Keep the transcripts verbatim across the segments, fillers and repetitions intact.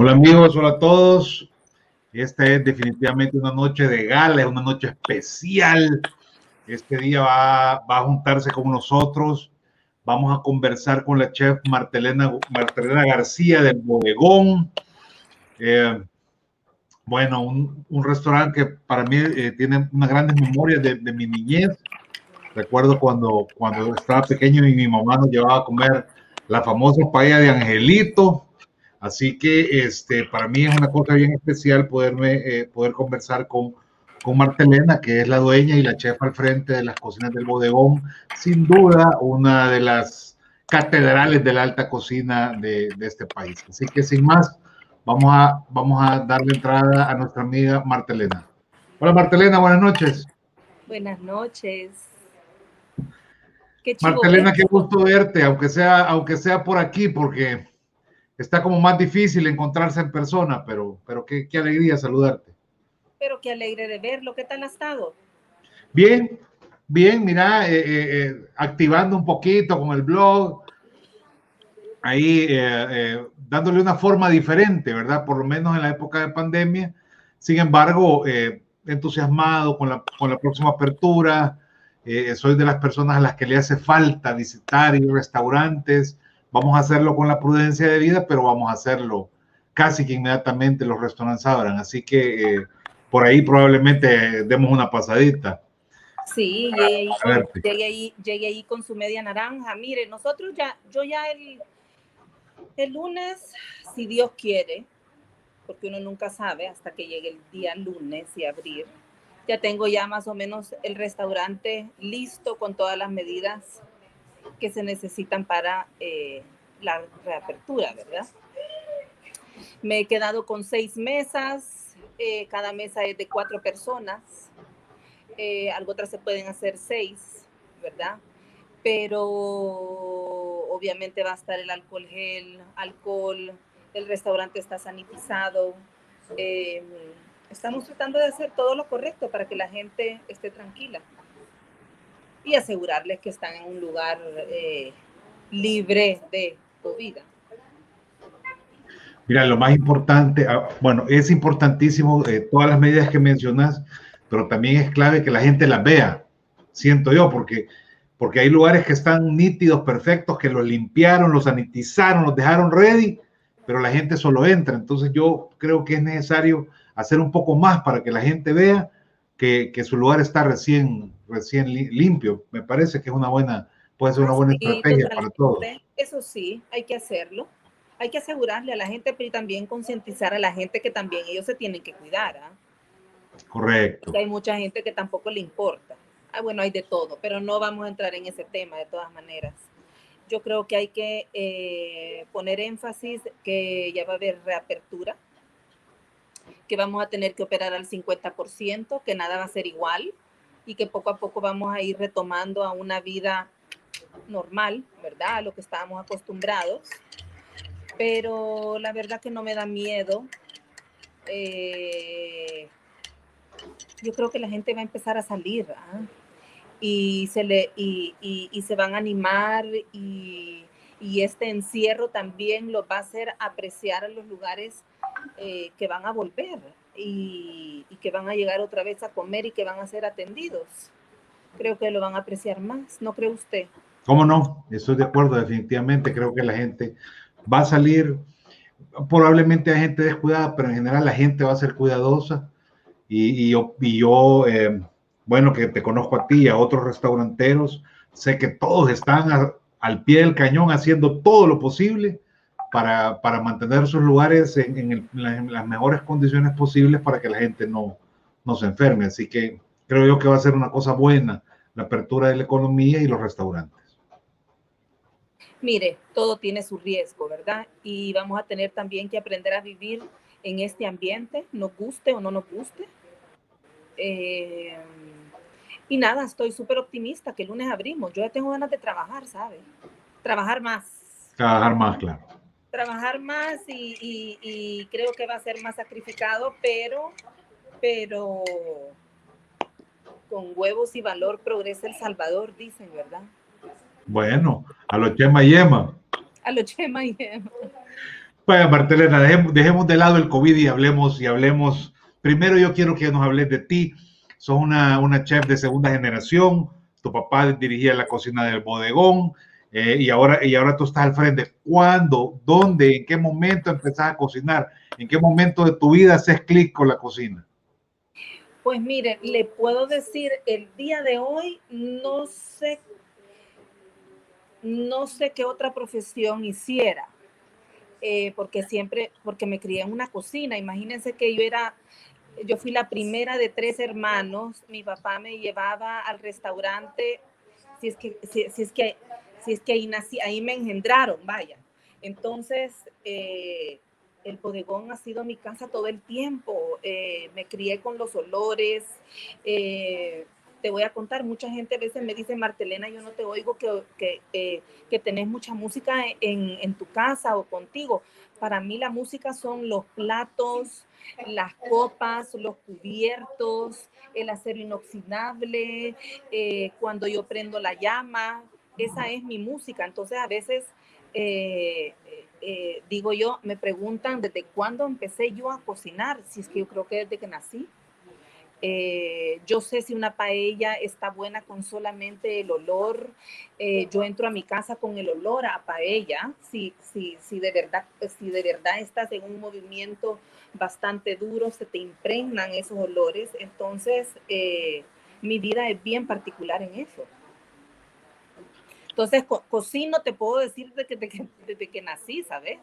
Hola amigos, hola a todos. Esta es definitivamente una noche de gala, es una noche especial. Este día va, va a juntarse con nosotros. Vamos a conversar con la chef Martelena, Martelena García del Bodegón. Eh, bueno, un, un, restaurante que para mí eh, tiene unas grandes memorias de, de mi niñez. Recuerdo cuando, cuando estaba pequeño y mi mamá nos llevaba a comer la famosa paella de Angelito. Así que este, para mí es una cosa bien especial poderme, eh, poder conversar con, con Martelena, que es la dueña y la chef al frente de las cocinas del Bodegón. Sin duda, una de las catedrales de la alta cocina de, de este país. Así que sin más, vamos a, vamos a darle entrada a nuestra amiga Martelena. Hola Martelena, buenas noches. Buenas noches. Qué chivo Martelena, qué esto. gusto verte, aunque sea, aunque sea por aquí, porque está como más difícil encontrarse en persona, pero, pero qué, qué alegría saludarte. Pero qué alegre de verlo. ¿Qué tal ha estado? Bien, bien, mira, eh, eh, activando un poquito con el blog, ahí eh, eh, dándole una forma diferente, ¿verdad? Por lo menos en la época de pandemia. Sin embargo, eh, entusiasmado con la, con la próxima apertura. Eh, soy de las personas a las que le hace falta visitar y restaurantes. Vamos a hacerlo con la prudencia de vida, pero vamos a hacerlo casi que inmediatamente los restaurantes abran. Así que eh, por ahí probablemente demos una pasadita. Sí, llegué ahí, con, llegué, ahí, llegué ahí con su media naranja. Mire, nosotros ya, yo ya el, el lunes, si Dios quiere, porque uno nunca sabe hasta que llegue el día lunes y abrir, ya tengo ya más o menos el restaurante listo con todas las medidas que se necesitan para eh, la reapertura, ¿verdad? Me he quedado con seis mesas, eh, cada mesa es de cuatro personas, eh, algo otras se pueden hacer seis, ¿verdad? Pero obviamente va a estar el alcohol gel, alcohol, el restaurante está sanitizado. Eh, estamos tratando de hacer todo lo correcto para que la gente esté tranquila y asegurarles que están en un lugar eh, libre de COVID. Mira, lo más importante, bueno, es importantísimo eh, todas las medidas que mencionas, pero también es clave que la gente las vea, siento yo, porque, porque hay lugares que están nítidos, perfectos, que los limpiaron, los sanitizaron, los dejaron ready, pero la gente solo entra. Entonces yo creo que es necesario hacer un poco más para que la gente vea que, que su lugar está recién, recién limpio. Me parece que es una buena, puede ser una buena sí, estrategia para todos. Eso sí, hay que hacerlo. Hay que asegurarle a la gente, pero también concientizar a la gente que también ellos se tienen que cuidar. ¿eh? Correcto. Porque hay mucha gente que tampoco le importa. Ah, bueno, hay de todo, pero no vamos a entrar en ese tema de todas maneras. Yo creo que hay que eh, poner énfasis que ya va a haber reapertura, que vamos a tener que operar al cincuenta por ciento, que nada va a ser igual y que poco a poco vamos a ir retomando a una vida normal, ¿verdad? A lo que estábamos acostumbrados. Pero la verdad que no me da miedo. Eh, yo creo que la gente va a empezar a salir, ¿eh? y, se le, y, y, y se van a animar y, y este encierro también los va a hacer apreciar a los lugares eh, que van a volver y, y que van a llegar otra vez a comer y que van a ser atendidos. Creo que lo van a apreciar más, ¿no cree usted? ¿Cómo no? Estoy de acuerdo, definitivamente. Creo que la gente va a salir, probablemente hay gente descuidada, pero en general la gente va a ser cuidadosa. Y, y yo, y yo eh, bueno, que te conozco a ti y a otros restauranteros, sé que todos están a, al pie del cañón haciendo todo lo posible para, para mantener sus lugares en, en, el, en las mejores condiciones posibles para que la gente no, no se enferme. Así que creo yo que va a ser una cosa buena la apertura de la economía y los restaurantes. Mire, todo tiene su riesgo, ¿verdad? Y vamos a tener también que aprender a vivir en este ambiente, nos guste o no nos guste. Eh, y nada, estoy súper optimista que el lunes abrimos. Yo ya tengo ganas de trabajar, ¿sabe? Trabajar más. Trabajar más, claro. Trabajar más y, y, y creo que va a ser más sacrificado, pero, pero con huevos y valor progresa El Salvador, dicen, ¿verdad? Bueno, a lo Chema y Yema. A lo Chema y Yema. Bueno, Martelena, dejemos, dejemos de lado el COVID y hablemos, y hablemos. Primero yo quiero que nos hables de ti. Sos una, una chef de segunda generación. Tu papá dirigía la cocina del bodegón eh, y, ahora, y ahora tú estás al frente. ¿Cuándo, dónde, en qué momento empezás a cocinar? ¿En qué momento de tu vida haces clic con la cocina? Pues mire, le puedo decir, el día de hoy no sé, no sé qué otra profesión hiciera. Eh, porque siempre, porque me crié en una cocina. Imagínense que yo era, yo fui la primera de tres hermanos. Mi papá me llevaba al restaurante, si es que, si, si es que, si es que ahí nací, ahí me engendraron, vaya. Entonces, eh, el bodegón ha sido mi casa todo el tiempo. Eh, me crié con los olores. Eh, te voy a contar, mucha gente a veces me dice, Martelena, yo no te oigo que, que, eh, que tenés mucha música en, en tu casa o contigo. Para mí la música son los platos, las copas, los cubiertos, el acero inoxidable, eh, cuando yo prendo la llama, esa es mi música. Entonces a veces eh, eh, digo yo, me preguntan desde cuándo empecé yo a cocinar, si es que yo creo que desde que nací. Eh, yo sé si una paella está buena con solamente el olor. Eh, yo entro a mi casa con el olor a paella. Si, si, si, de verdad, si de verdad estás en un movimiento bastante duro, se te impregnan esos olores. Entonces, eh, mi vida es bien particular en eso. Entonces, co cocino, te puedo decir desde que, desde, desde que nací, ¿sabes?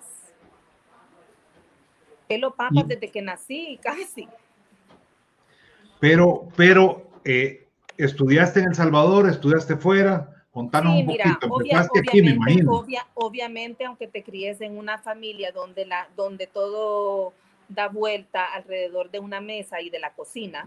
Pelo papas desde que nací, casi. Pero, pero eh, ¿estudiaste en El Salvador? ¿Estudiaste fuera? Contanos Sí, un mira, poquito. obvia, Empezaste aquí, me obviamente, imagino. obvia, obviamente, aunque te críes en una familia donde, la, donde todo da vuelta alrededor de una mesa y de la cocina,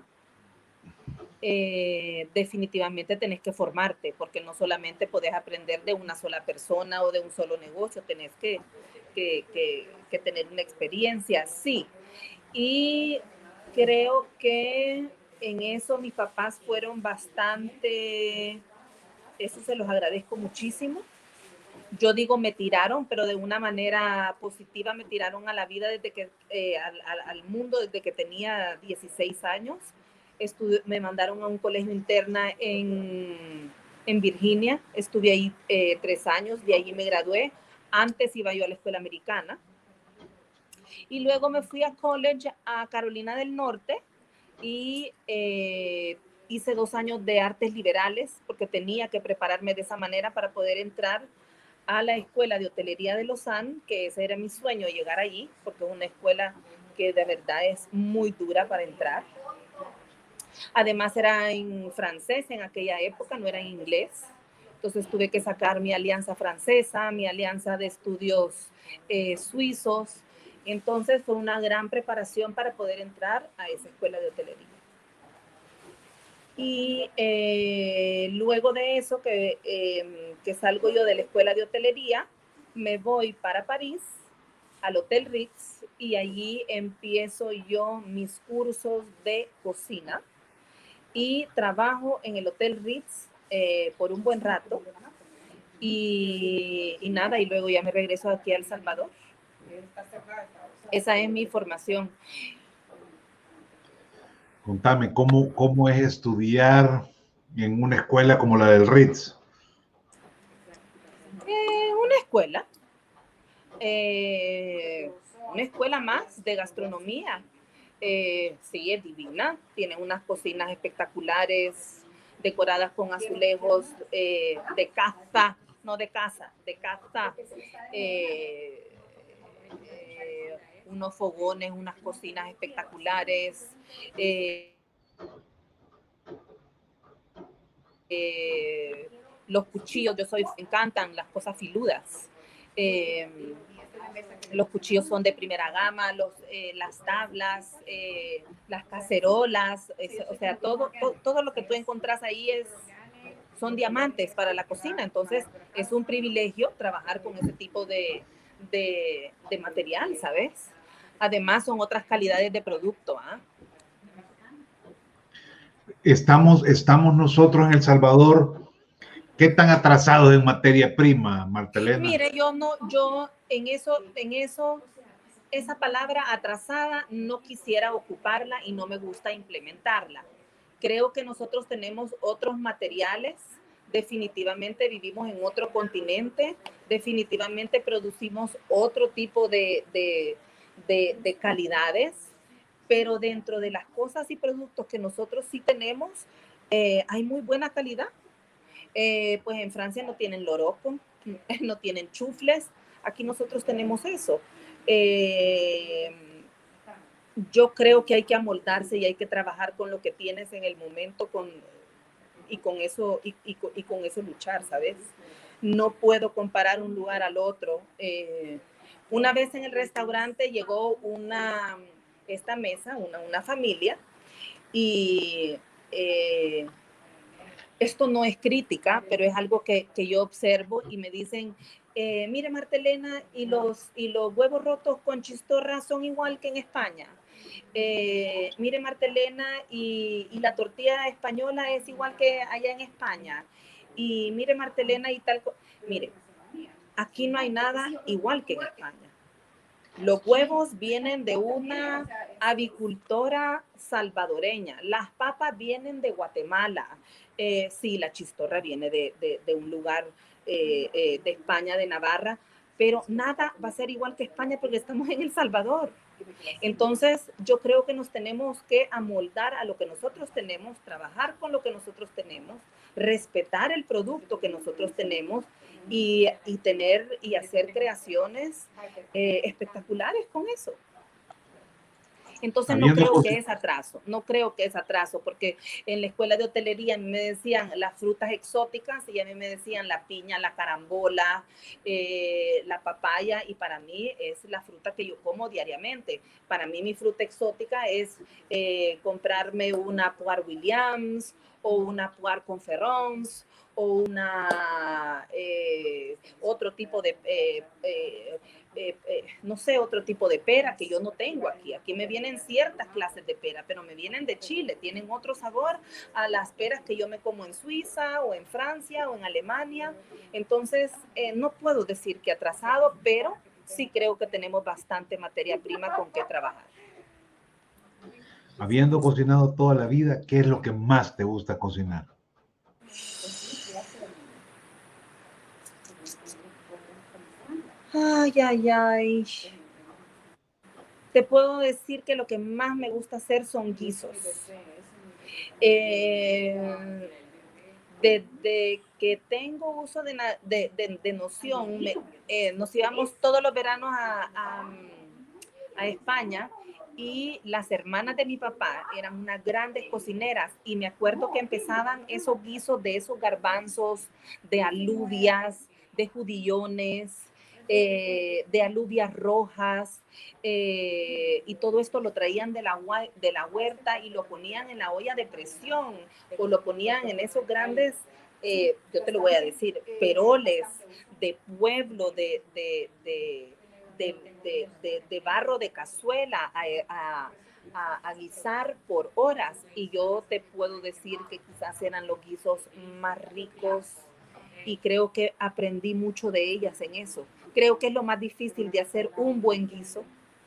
eh, definitivamente tenés que formarte, porque no solamente podés aprender de una sola persona o de un solo negocio, tenés que, que, que, que tener una experiencia, sí. Y creo que en eso mis papás fueron bastante, eso se los agradezco muchísimo. Yo digo me tiraron, pero de una manera positiva, me tiraron a la vida desde que, eh, al, al, al mundo desde que tenía dieciséis años. Estuve, me mandaron a un colegio interna en, en Virginia, estuve ahí eh, tres años, de allí me gradué. Antes iba yo a la escuela americana. Y luego me fui a college a Carolina del Norte y eh, hice dos años de artes liberales porque tenía que prepararme de esa manera para poder entrar a la escuela de hotelería de Lausanne, que ese era mi sueño, llegar allí, porque es una escuela que de verdad es muy dura para entrar. Además era en francés en aquella época, no era en inglés. Entonces tuve que sacar mi alianza francesa, mi alianza de estudios eh, suizos. Entonces fue una gran preparación para poder entrar a esa escuela de hotelería. Y eh, luego de eso, que, eh, que salgo yo de la escuela de hotelería, me voy para París, al Hotel Ritz, y allí empiezo yo mis cursos de cocina. Y trabajo en el Hotel Ritz eh, por un buen rato. Y, y nada, y luego ya me regreso aquí a El Salvador. Esa es mi formación. Contame, ¿cómo, cómo es estudiar en una escuela como la del Ritz? Eh, una escuela. Eh, una escuela más de gastronomía. Eh, sí, es divina. Tiene unas cocinas espectaculares, decoradas con azulejos eh, de casa, no de casa, de casa. Eh, eh, unos fogones, unas cocinas espectaculares. Eh, eh, los cuchillos, yo soy, me encantan las cosas filudas. Eh, los cuchillos son de primera gama, los, eh, las tablas, eh, las cacerolas, es, o sea, todo, to, todo lo que tú encontrás ahí es, son diamantes para la cocina. Entonces es un privilegio trabajar con ese tipo de, de, de material, ¿sabes? Además son otras calidades de producto, ¿ah? ¿eh? Estamos, estamos nosotros en El Salvador, ¿qué tan atrasados en materia prima, Martelena? Mire, yo no, yo en eso, en eso esa palabra atrasada no quisiera ocuparla y no me gusta implementarla. Creo que nosotros tenemos otros materiales, definitivamente vivimos en otro continente, definitivamente producimos otro tipo de, de, de, de calidades, pero dentro de las cosas y productos que nosotros sí tenemos, eh, hay muy buena calidad. Eh, pues en Francia no tienen loroco, no tienen chufles, aquí nosotros tenemos eso. Eh, yo creo que hay que amoldarse y hay que trabajar con lo que tienes en el momento con, y, con eso, y, y, y con eso luchar, ¿sabes? No puedo comparar un lugar al otro. Eh, una vez en el restaurante llegó una, esta mesa, una, una familia, y eh, esto no es crítica, pero es algo que, que yo observo y me dicen, eh, mire Martelena, y los, y los huevos rotos con chistorra son igual que en España. Eh, mire Martelena, y, y la tortilla española es igual que allá en España. Y mire Martelena y tal. Mire, aquí no hay nada igual que en España. Los huevos vienen de una avicultora salvadoreña. Las papas vienen de Guatemala. Eh, sí, la chistorra viene de, de, de un lugar eh, eh, de España, de Navarra, pero nada va a ser igual que España porque estamos en El Salvador. Entonces, yo creo que nos tenemos que amoldar a lo que nosotros tenemos, trabajar con lo que nosotros tenemos, respetar el producto que nosotros tenemos y, y tener y hacer creaciones eh, espectaculares con eso. Entonces no creo que es atraso, no creo que es atraso, porque en la escuela de hotelería me decían las frutas exóticas y a mí me decían la piña, la carambola, eh, la papaya, y para mí es la fruta que yo como diariamente. Para mí mi fruta exótica es eh, comprarme una Poire Williams o una Poire Conference o una eh, otro tipo de eh, eh, Eh, eh, no sé, otro tipo de pera que yo no tengo aquí. Aquí me vienen ciertas clases de pera, pero me vienen de Chile, tienen otro sabor a las peras que yo me como en Suiza o en Francia o en Alemania. Entonces, eh, no puedo decir que atrasado, pero sí creo que tenemos bastante materia prima con que trabajar. Habiendo cocinado toda la vida, ¿qué es lo que más te gusta cocinar? Ay, ay, ay. Te puedo decir que lo que más me gusta hacer son guisos. Eh, desde que tengo uso de, de, de, de noción, me, eh, nos íbamos todos los veranos a, a, a España, y las hermanas de mi papá eran unas grandes cocineras, y me acuerdo que empezaban esos guisos de esos garbanzos, de alubias, de judillones, eh, de alubias rojas, eh, y todo esto lo traían de la, de la huerta y lo ponían en la olla de presión o lo ponían en esos grandes, eh, yo te lo voy a decir, peroles de pueblo, de, de, de, de, de, de, de barro de cazuela a, a, a, a guisar por horas, y yo te puedo decir que quizás eran los guisos más ricos, y creo que aprendí mucho de ellas en eso. Creo que es lo más difícil de hacer un buen guiso.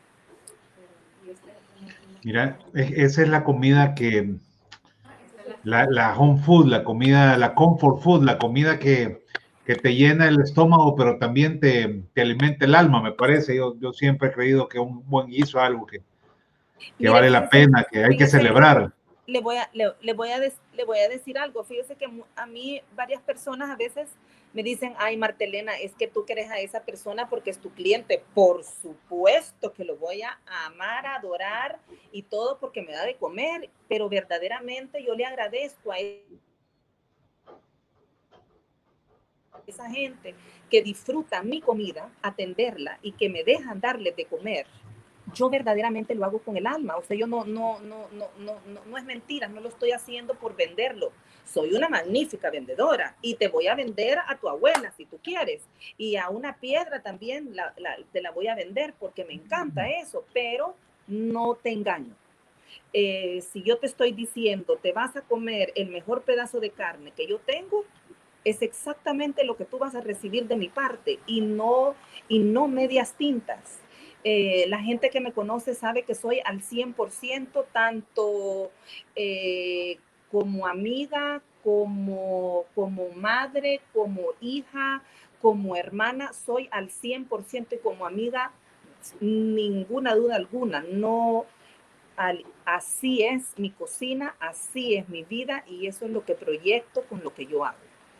Mira, esa es la comida que, la, la home food, la comida, la comfort food, la comida que, que te llena el estómago, pero también te, te alimenta el alma, me parece. Yo, yo siempre he creído que un buen guiso es algo que, que Mire, vale fíjese, la pena, que hay que celebrar. Que le, voy a, le, le, voy a des, le voy a decir algo. Fíjese que a mí varias personas a veces me dicen, ay, Martelena, es que tú quieres a esa persona porque es tu cliente. Por supuesto que lo voy a amar, a adorar y todo porque me da de comer, pero verdaderamente yo le agradezco a esa gente que disfruta mi comida, atenderla y que me dejan darles de comer. Yo verdaderamente lo hago con el alma, o sea, yo no, no, no, no, no, no, no es mentira, no lo estoy haciendo por venderlo. Soy una magnífica vendedora y te voy a vender a tu abuela si tú quieres, y a una piedra también la, la, te la voy a vender porque me encanta eso, pero no te engaño. Eh, si yo te estoy diciendo, te vas a comer el mejor pedazo de carne que yo tengo, es exactamente lo que tú vas a recibir de mi parte, y no, y no medias tintas. Eh, la gente que me conoce sabe que soy al cien por ciento, tanto eh, como amiga, como, como madre, como hija, como hermana, soy al cien por ciento y como amiga, ninguna duda alguna. No, al, así es mi cocina, así es mi vida y eso es lo que proyecto con lo que yo hago.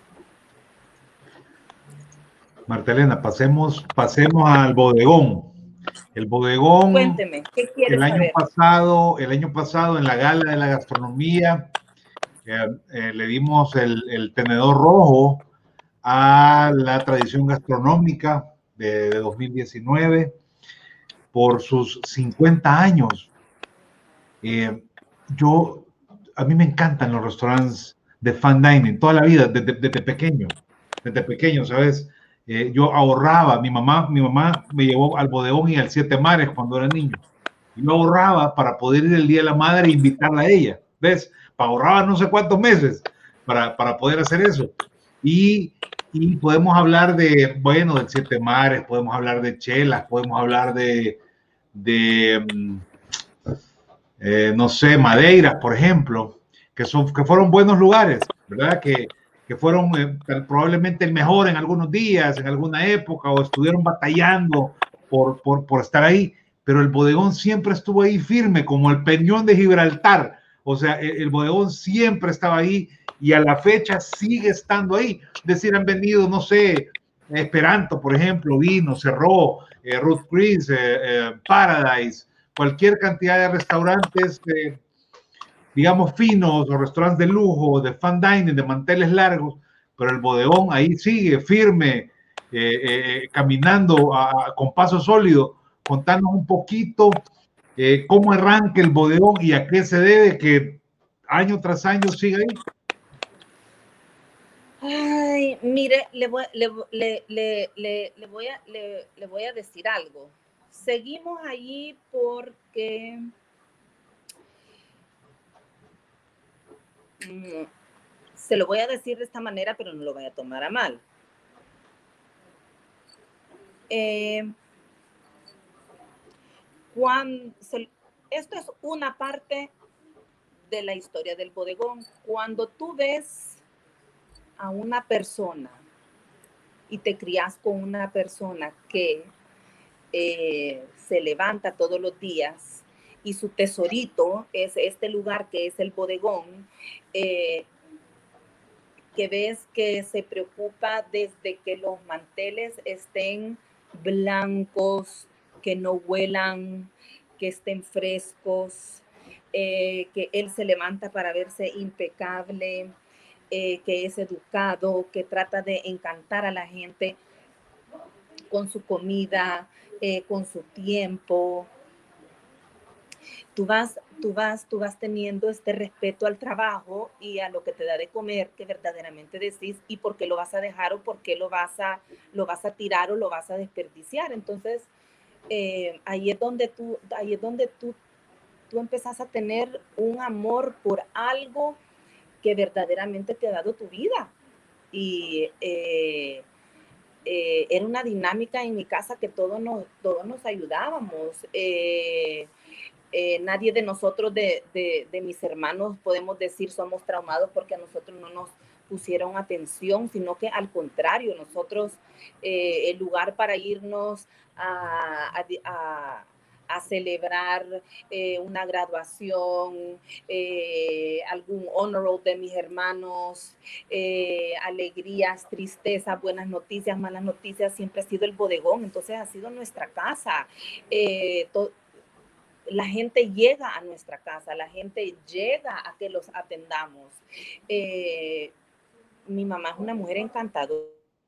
Martelena, pasemos, pasemos al bodegón. El bodegón, cuénteme, ¿qué quieres el año saber? pasado, el año pasado en la gala de la gastronomía, eh, eh, le dimos el, el tenedor rojo a la tradición gastronómica de, de dos mil diecinueve por sus cincuenta años. Eh, yo, a mí me encantan los restaurantes de fine dining, toda la vida, desde, desde pequeño, desde pequeño, ¿sabes? Eh, yo ahorraba, mi mamá, mi mamá me llevó al bodegón y al Siete Mares cuando era niño. Yo ahorraba para poder ir el Día de la Madre e invitarla a ella, ¿ves? Ahorraba no sé cuántos meses para, para poder hacer eso. Y, y podemos hablar de, bueno, del Siete Mares, podemos hablar de chelas, podemos hablar de, de eh, no sé, Madeira, por ejemplo, que, son, que fueron buenos lugares, ¿verdad? Que, que fueron eh, probablemente el mejor en algunos días, en alguna época, o estuvieron batallando por, por, por estar ahí, pero el bodegón siempre estuvo ahí firme, como el Peñón de Gibraltar. O sea, el, el bodegón siempre estaba ahí y a la fecha sigue estando ahí. Es decir, han venido, no sé, Esperanto, por ejemplo, vino, cerró, eh, Ruth Chris, eh, eh, Paradise, cualquier cantidad de restaurantes, eh, digamos, finos o restaurantes de lujo, de fine dining, de manteles largos, pero el bodegón ahí sigue firme, eh, eh, caminando a, con paso sólido. Contanos un poquito eh, cómo arranca el bodegón y a qué se debe que año tras año siga ahí. Ay, mire, le voy, le, le, le, le, le voy a, le, le voy a decir algo. Seguimos allí porque mm, se lo voy a decir de esta manera, pero no lo voy a tomar a mal. Eh, cuando se, esto es una parte de la historia del bodegón. Cuando tú ves a una persona y te crías con una persona que eh, se levanta todos los días y su tesorito es este lugar que es el bodegón, eh, que ves que se preocupa desde que los manteles estén blancos, que no huelan, que estén frescos, eh, que él se levanta para verse impecable, eh, que es educado, que trata de encantar a la gente con su comida, eh, con su tiempo. Tú vas, tú vas, tú vas teniendo este respeto al trabajo y a lo que te da de comer, que verdaderamente decís, y por qué lo vas a dejar o por qué lo vas a, lo vas a tirar o lo vas a desperdiciar. Entonces, eh, ahí es donde tú, ahí es donde tú, tú empezás a tener un amor por algo que verdaderamente te ha dado tu vida. Y eh, eh, era una dinámica en mi casa que todos nos, todos nos ayudábamos. Eh, Eh, nadie de nosotros, de, de, de mis hermanos, podemos decir somos traumados porque a nosotros no nos pusieron atención, sino que al contrario, nosotros, eh, el lugar para irnos a, a, a, a celebrar eh, una graduación, eh, algún honor roll de mis hermanos, eh, alegrías, tristezas, buenas noticias, malas noticias, siempre ha sido el bodegón, entonces ha sido nuestra casa. Eh, to, la gente llega a nuestra casa, la gente llega a que los atendamos. Eh, mi mamá es una mujer encantadora,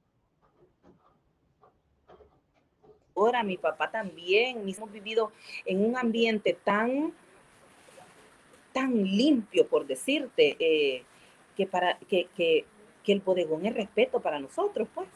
mi papá también, hemos vivido en un ambiente tan, tan limpio, por decirte, eh, que, para, que, que, que el bodegón es respeto para nosotros, pues.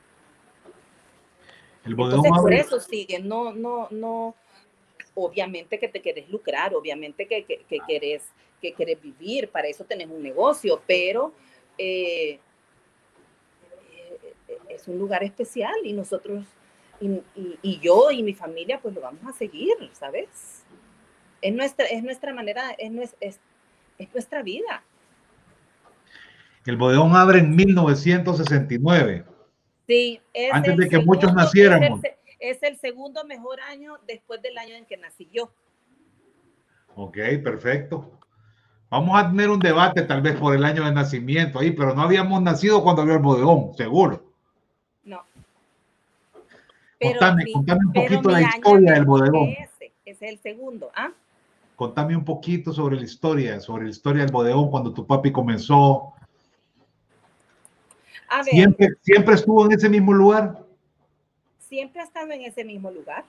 El Entonces, bodegón por abre. eso sigue, no, no, no, obviamente que te querés lucrar, obviamente que, que, que, querés, que querés vivir, para eso tenés un negocio, pero eh, es un lugar especial y nosotros, y, y, y yo y mi familia pues lo vamos a seguir, ¿sabes? Es nuestra, es nuestra manera, es, es, es nuestra vida. El bodegón abre en mil novecientos sesenta y nueve. Sí, es antes el de que segundo, muchos naciéramos. Es el, es el segundo mejor año después del año en que nací yo. Ok, perfecto. Vamos a tener un debate tal vez por el año de nacimiento ahí, pero no habíamos nacido cuando había el bodegón, seguro. No. Pero contame, mi, contame un pero poquito mi la historia del bodegón. Que ese, ese es el segundo, ¿ah? Contame un poquito sobre la historia, sobre la historia del bodegón cuando tu papi comenzó. A ver, ¿Siempre, ¿Siempre estuvo en ese mismo lugar? Siempre ha estado en ese mismo lugar.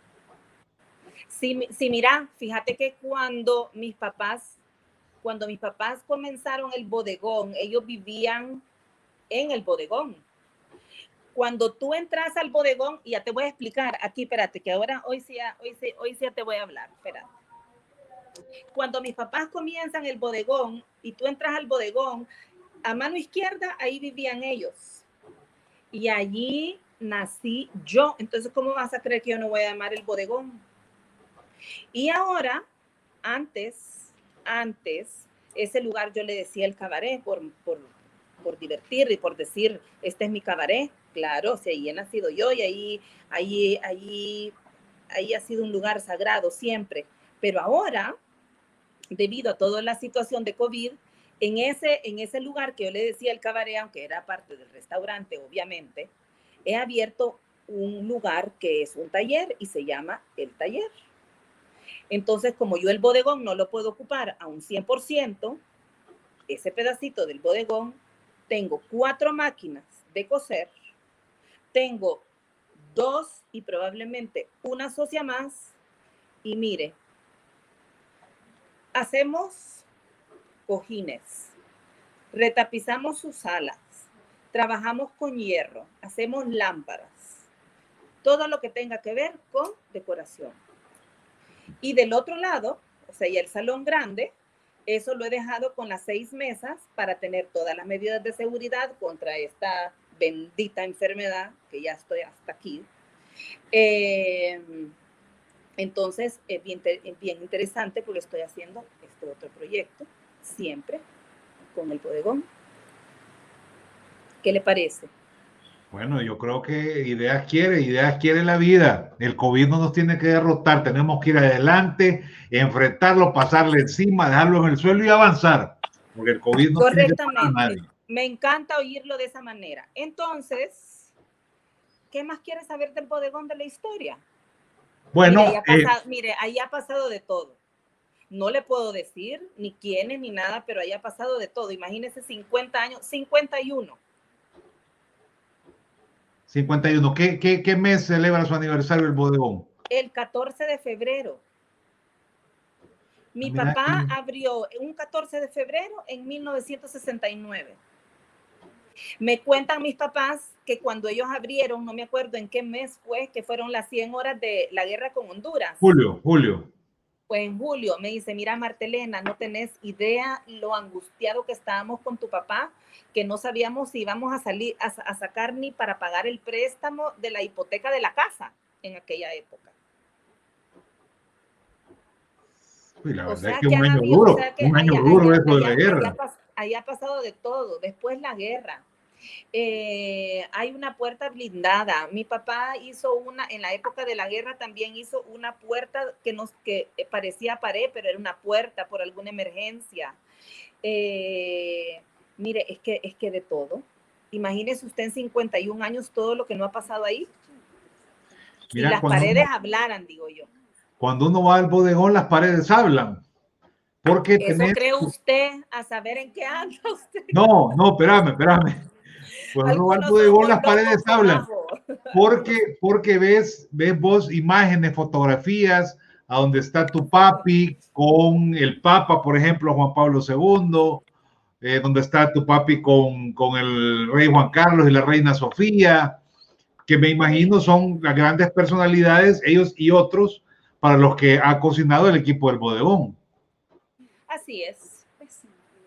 Sí, sí, mira, fíjate que cuando mis papás, cuando mis papás comenzaron el bodegón, ellos vivían en el bodegón. Cuando tú entras al bodegón, y ya te voy a explicar aquí, espérate, que ahora hoy sí, hoy sí, hoy sí te voy a hablar, espérate. Cuando mis papás comienzan el bodegón y tú entras al bodegón, a mano izquierda, ahí vivían ellos. Y allí nací yo. Entonces, ¿cómo vas a creer que yo no voy a llamar el bodegón? Y ahora, antes, antes, ese lugar yo le decía el cabaret por, por, por divertir y por decir, este es mi cabaret. Claro, si ahí he nacido yo y ahí, ahí, ahí, ahí ha sido un lugar sagrado siempre. Pero ahora, debido a toda la situación de COVID, en ese, en ese lugar que yo le decía el cabaret, aunque era parte del restaurante, obviamente, he abierto un lugar que es un taller y se llama El Taller. Entonces, como yo el bodegón no lo puedo ocupar a un cien por ciento, ese pedacito del bodegón, tengo cuatro máquinas de coser, tengo dos y probablemente una socia más, y mire, hacemos cojines, retapizamos sus salas, trabajamos con hierro, hacemos lámparas, todo lo que tenga que ver con decoración. Y del otro lado, o sea, y el salón grande, eso lo he dejado con las seis mesas para tener todas las medidas de seguridad contra esta bendita enfermedad, que ya estoy hasta aquí. Eh, entonces, es bien, es bien interesante porque estoy haciendo este otro proyecto, siempre, con el bodegón. ¿Qué le parece? Bueno, yo creo que ideas quiere, ideas quiere la vida. El COVID no nos tiene que derrotar, tenemos que ir adelante, enfrentarlo, pasarle encima, dejarlo en el suelo y avanzar, porque el COVID no tiene que parar a nadie. Me encanta oírlo de esa manera. Entonces, ¿qué más quieres saber del bodegón de la historia? Bueno, mire, ahí ha pasado, eh, mire, ahí ha pasado de todo. No le puedo decir ni quiénes ni nada, pero ahí ha pasado de todo. Imagínese cincuenta años, cincuenta y uno. cincuenta y uno. ¿Qué, qué, qué mes celebra su aniversario el bodegón? El catorce de febrero. Mi ah, papá que... abrió un catorce de febrero en mil novecientos sesenta y nueve. Me cuentan mis papás que cuando ellos abrieron, no me acuerdo en qué mes fue, que fueron las cien horas de la guerra con Honduras. Julio, julio. Pues en julio me dice, mira Martelena, no tenés idea lo angustiado que estábamos con tu papá, que no sabíamos si íbamos a salir a, a sacar ni para pagar el préstamo de la hipoteca de la casa en aquella época. Uy, la verdad o sea, es que, que un año habido, duro, o sea que un año allá, duro allá, eso allá, de la guerra. Allá, pas, allá ha pasado de todo, después la guerra. Eh, hay una puerta blindada. Mi papá hizo una, en la época de la guerra también hizo una puerta que, nos, que parecía pared, pero era una puerta por alguna emergencia. Eh, mire, es que, es que de todo. Imagínese usted en cincuenta y un años todo lo que no ha pasado ahí. Mira, y las paredes uno, hablaran, digo yo. Cuando uno va al bodegón, las paredes hablan. Porque ¿Eso tenés... cree usted a saber en qué anda usted? No, no, espérame, espérame. Cuando uno va al bodegón, las paredes hablan. Porque, porque ves, ves vos imágenes, fotografías, a donde está tu papi con el Papa, por ejemplo, Juan Pablo segundo, eh, donde está tu papi con, con el rey Juan Carlos y la reina Sofía, que me imagino son las grandes personalidades, ellos y otros, para los que ha cocinado el equipo del bodegón. Así es.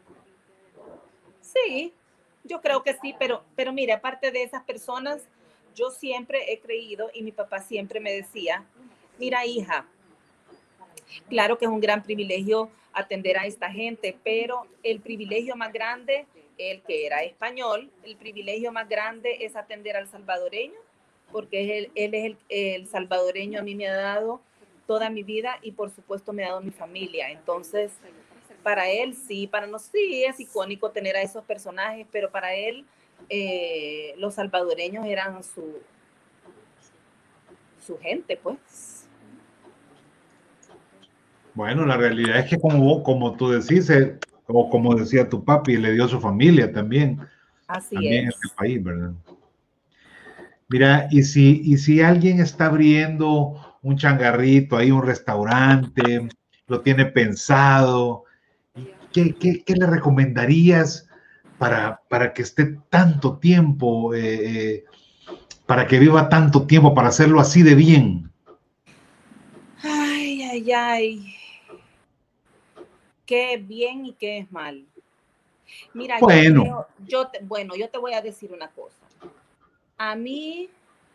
Sí, yo creo que sí, pero, pero mire, aparte de esas personas, yo siempre he creído, y mi papá siempre me decía, mira, hija, claro que es un gran privilegio atender a esta gente, pero el privilegio más grande, el que era español, el privilegio más grande es atender al salvadoreño, porque él, él es el, el salvadoreño, a mí me ha dado toda mi vida y por supuesto me ha dado mi familia. Entonces, para él sí, para nosotros sí es icónico tener a esos personajes, pero para él eh, los salvadoreños eran su, su gente, pues. Bueno, la realidad es que como, como tú decís, eh, o como decía tu papi, le dio su familia también. Así también es. en el país, ¿verdad? Mira, y si, y si alguien está abriendo un changarrito, ahí un restaurante, lo tiene pensado, ¿qué, qué, qué le recomendarías para, para que esté tanto tiempo, eh, para que viva tanto tiempo, para hacerlo así de bien? Ay, ay, ay. Qué es bien y qué es mal. Mira, Bueno. yo creo, yo te, bueno, yo te voy a decir una cosa. A mí,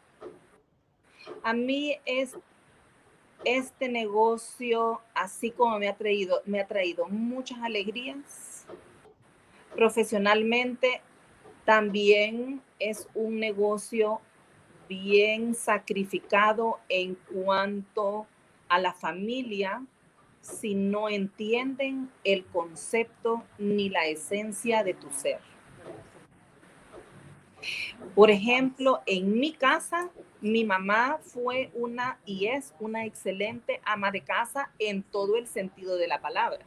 a mí es este negocio, así como me ha traído, me ha traído muchas alegrías. Profesionalmente, también es un negocio bien sacrificado en cuanto a la familia, si no entienden el concepto ni la esencia de tu ser. Por ejemplo, en mi casa, mi mamá fue una y es una excelente ama de casa en todo el sentido de la palabra.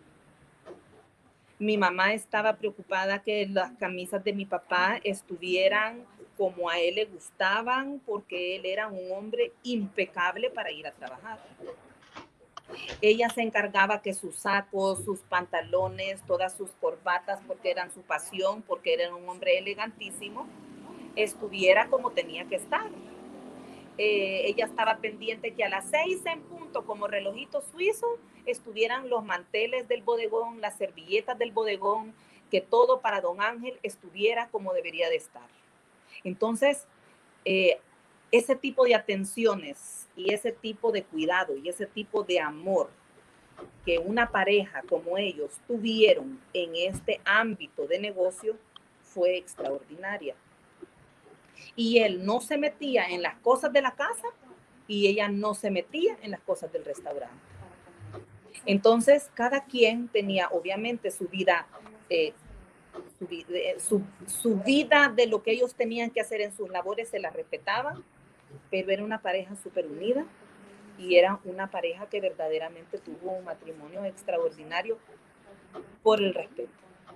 Mi mamá estaba preocupada que las camisas de mi papá estuvieran como a él le gustaban, porque él era un hombre impecable para ir a trabajar. Ella se encargaba que sus sacos, sus pantalones, todas sus corbatas, porque eran su pasión, porque era un hombre elegantísimo, estuviera como tenía que estar. Eh, ella estaba pendiente que a las seis en punto, como relojito suizo, estuvieran los manteles del bodegón, las servilletas del bodegón, que todo para don Ángel estuviera como debería de estar. Entonces, eh, ese tipo de atenciones y ese tipo de cuidado y ese tipo de amor que una pareja como ellos tuvieron en este ámbito de negocio fue extraordinaria. Y él no se metía en las cosas de la casa y ella no se metía en las cosas del restaurante. Entonces, cada quien tenía obviamente su vida, eh, su, su, su vida de lo que ellos tenían que hacer en sus labores, se la respetaban, pero era una pareja súper unida y era una pareja que verdaderamente tuvo un matrimonio extraordinario por el respeto.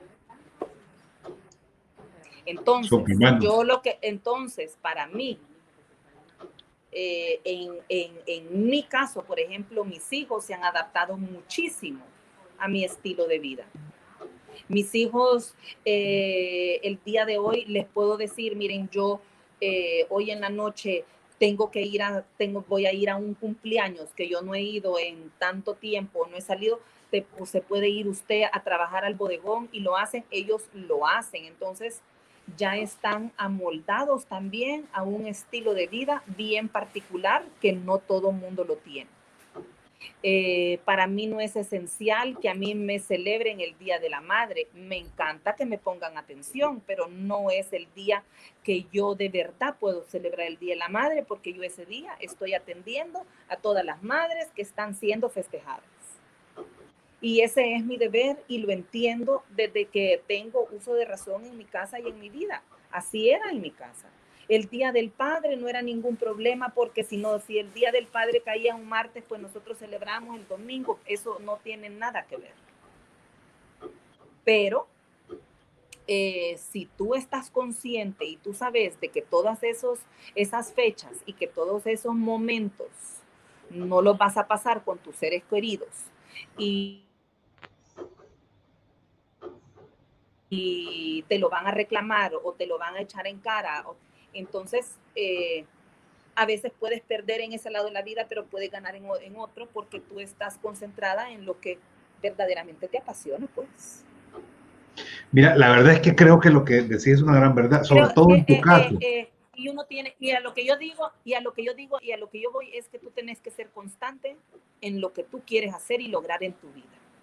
Entonces, yo lo que, entonces, para mí, eh, en, en, en mi caso, por ejemplo, mis hijos se han adaptado muchísimo a mi estilo de vida. Mis hijos, eh, el día de hoy, les puedo decir, miren, yo eh, hoy en la noche tengo que ir a, tengo, voy a ir a un cumpleaños que yo no he ido en tanto tiempo, no he salido, te, pues, se puede ir usted a trabajar al bodegón y lo hacen, ellos lo hacen. Entonces, ya están amoldados también a un estilo de vida bien particular que no todo mundo lo tiene. Eh, para mí no es esencial que a mí me celebren el Día de la Madre. Me encanta que me pongan atención, pero no es el día que yo de verdad puedo celebrar el Día de la Madre, porque yo ese día estoy atendiendo a todas las madres que están siendo festejadas. Y ese es mi deber y lo entiendo desde que tengo uso de razón en mi casa y en mi vida. Así era en mi casa. El Día del Padre no era ningún problema, porque si no, si el Día del Padre caía un martes, pues nosotros celebramos el domingo. Eso no tiene nada que ver. Pero eh, si tú estás consciente y tú sabes de que todas esos, esas fechas y que todos esos momentos no los vas a pasar con tus seres queridos y y te lo van a reclamar o te lo van a echar en cara, entonces eh, a veces puedes perder en ese lado de la vida, pero puedes ganar en, en otro, porque tú estás concentrada en lo que verdaderamente te apasiona, pues. Mira, la verdad es que creo que lo que decís es una gran verdad, sobre Creo, todo eh, en tu eh, caso. Eh, eh, y uno tiene, y a lo que yo digo, y a lo que yo digo, y a lo que yo voy es que tú tienes que ser constante en lo que tú quieres hacer y lograr en tu vida.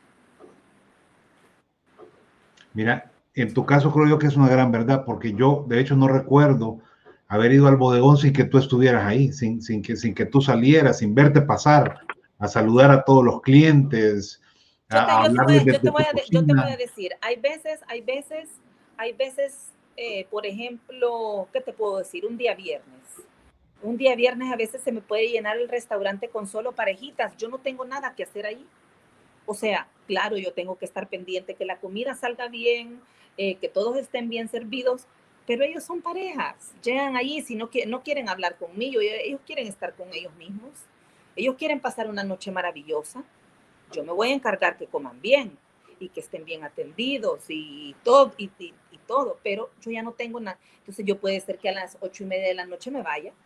Mira, en tu caso creo yo que es una gran verdad, porque yo de hecho no recuerdo haber ido al bodegón sin que tú estuvieras ahí, sin, sin, que, sin que tú salieras, sin verte pasar, a saludar a todos los clientes, a, yo te, a yo hablarles te, de, yo te de voy tu a, yo te voy cocina. a decir, hay veces, hay veces, hay veces, eh, por ejemplo, ¿qué te puedo decir? Un día viernes. Un día viernes a veces se me puede llenar el restaurante con solo parejitas. Yo no tengo nada que hacer ahí. O sea, claro, yo tengo que estar pendiente que la comida salga bien, eh, que todos estén bien servidos, pero ellos son parejas. Llegan ahí si no, no quieren hablar conmigo, ellos quieren estar con ellos mismos. Ellos quieren pasar una noche maravillosa. Yo me voy a encargar que coman bien y que estén bien atendidos y todo, y, y, y todo, pero yo ya no tengo nada. Entonces yo puede ser que a las ocho y media de la noche me vaya.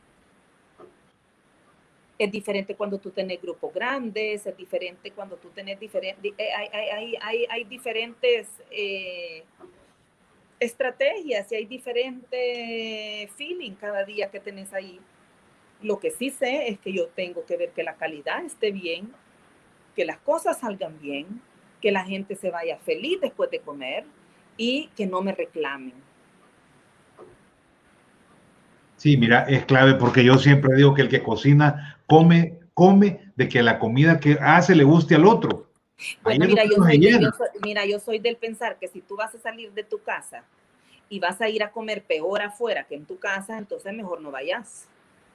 Es diferente cuando tú tenés grupos grandes, es diferente cuando tú tenés diferentes, hay, hay, hay, hay, hay diferentes eh, estrategias y hay diferente feeling cada día que tenés ahí. Lo que sí sé es que yo tengo que ver que la calidad esté bien, que las cosas salgan bien, que la gente se vaya feliz después de comer y que no me reclamen. Sí, mira, es clave porque yo siempre digo que el que cocina come, come de que la comida que hace le guste al otro. Ahí Bueno, es mira, donde yo uno se soy de, yo llena. soy, mira, yo soy del pensar que si tú vas a salir de tu casa y vas a ir a comer peor afuera que en tu casa, entonces mejor no vayas.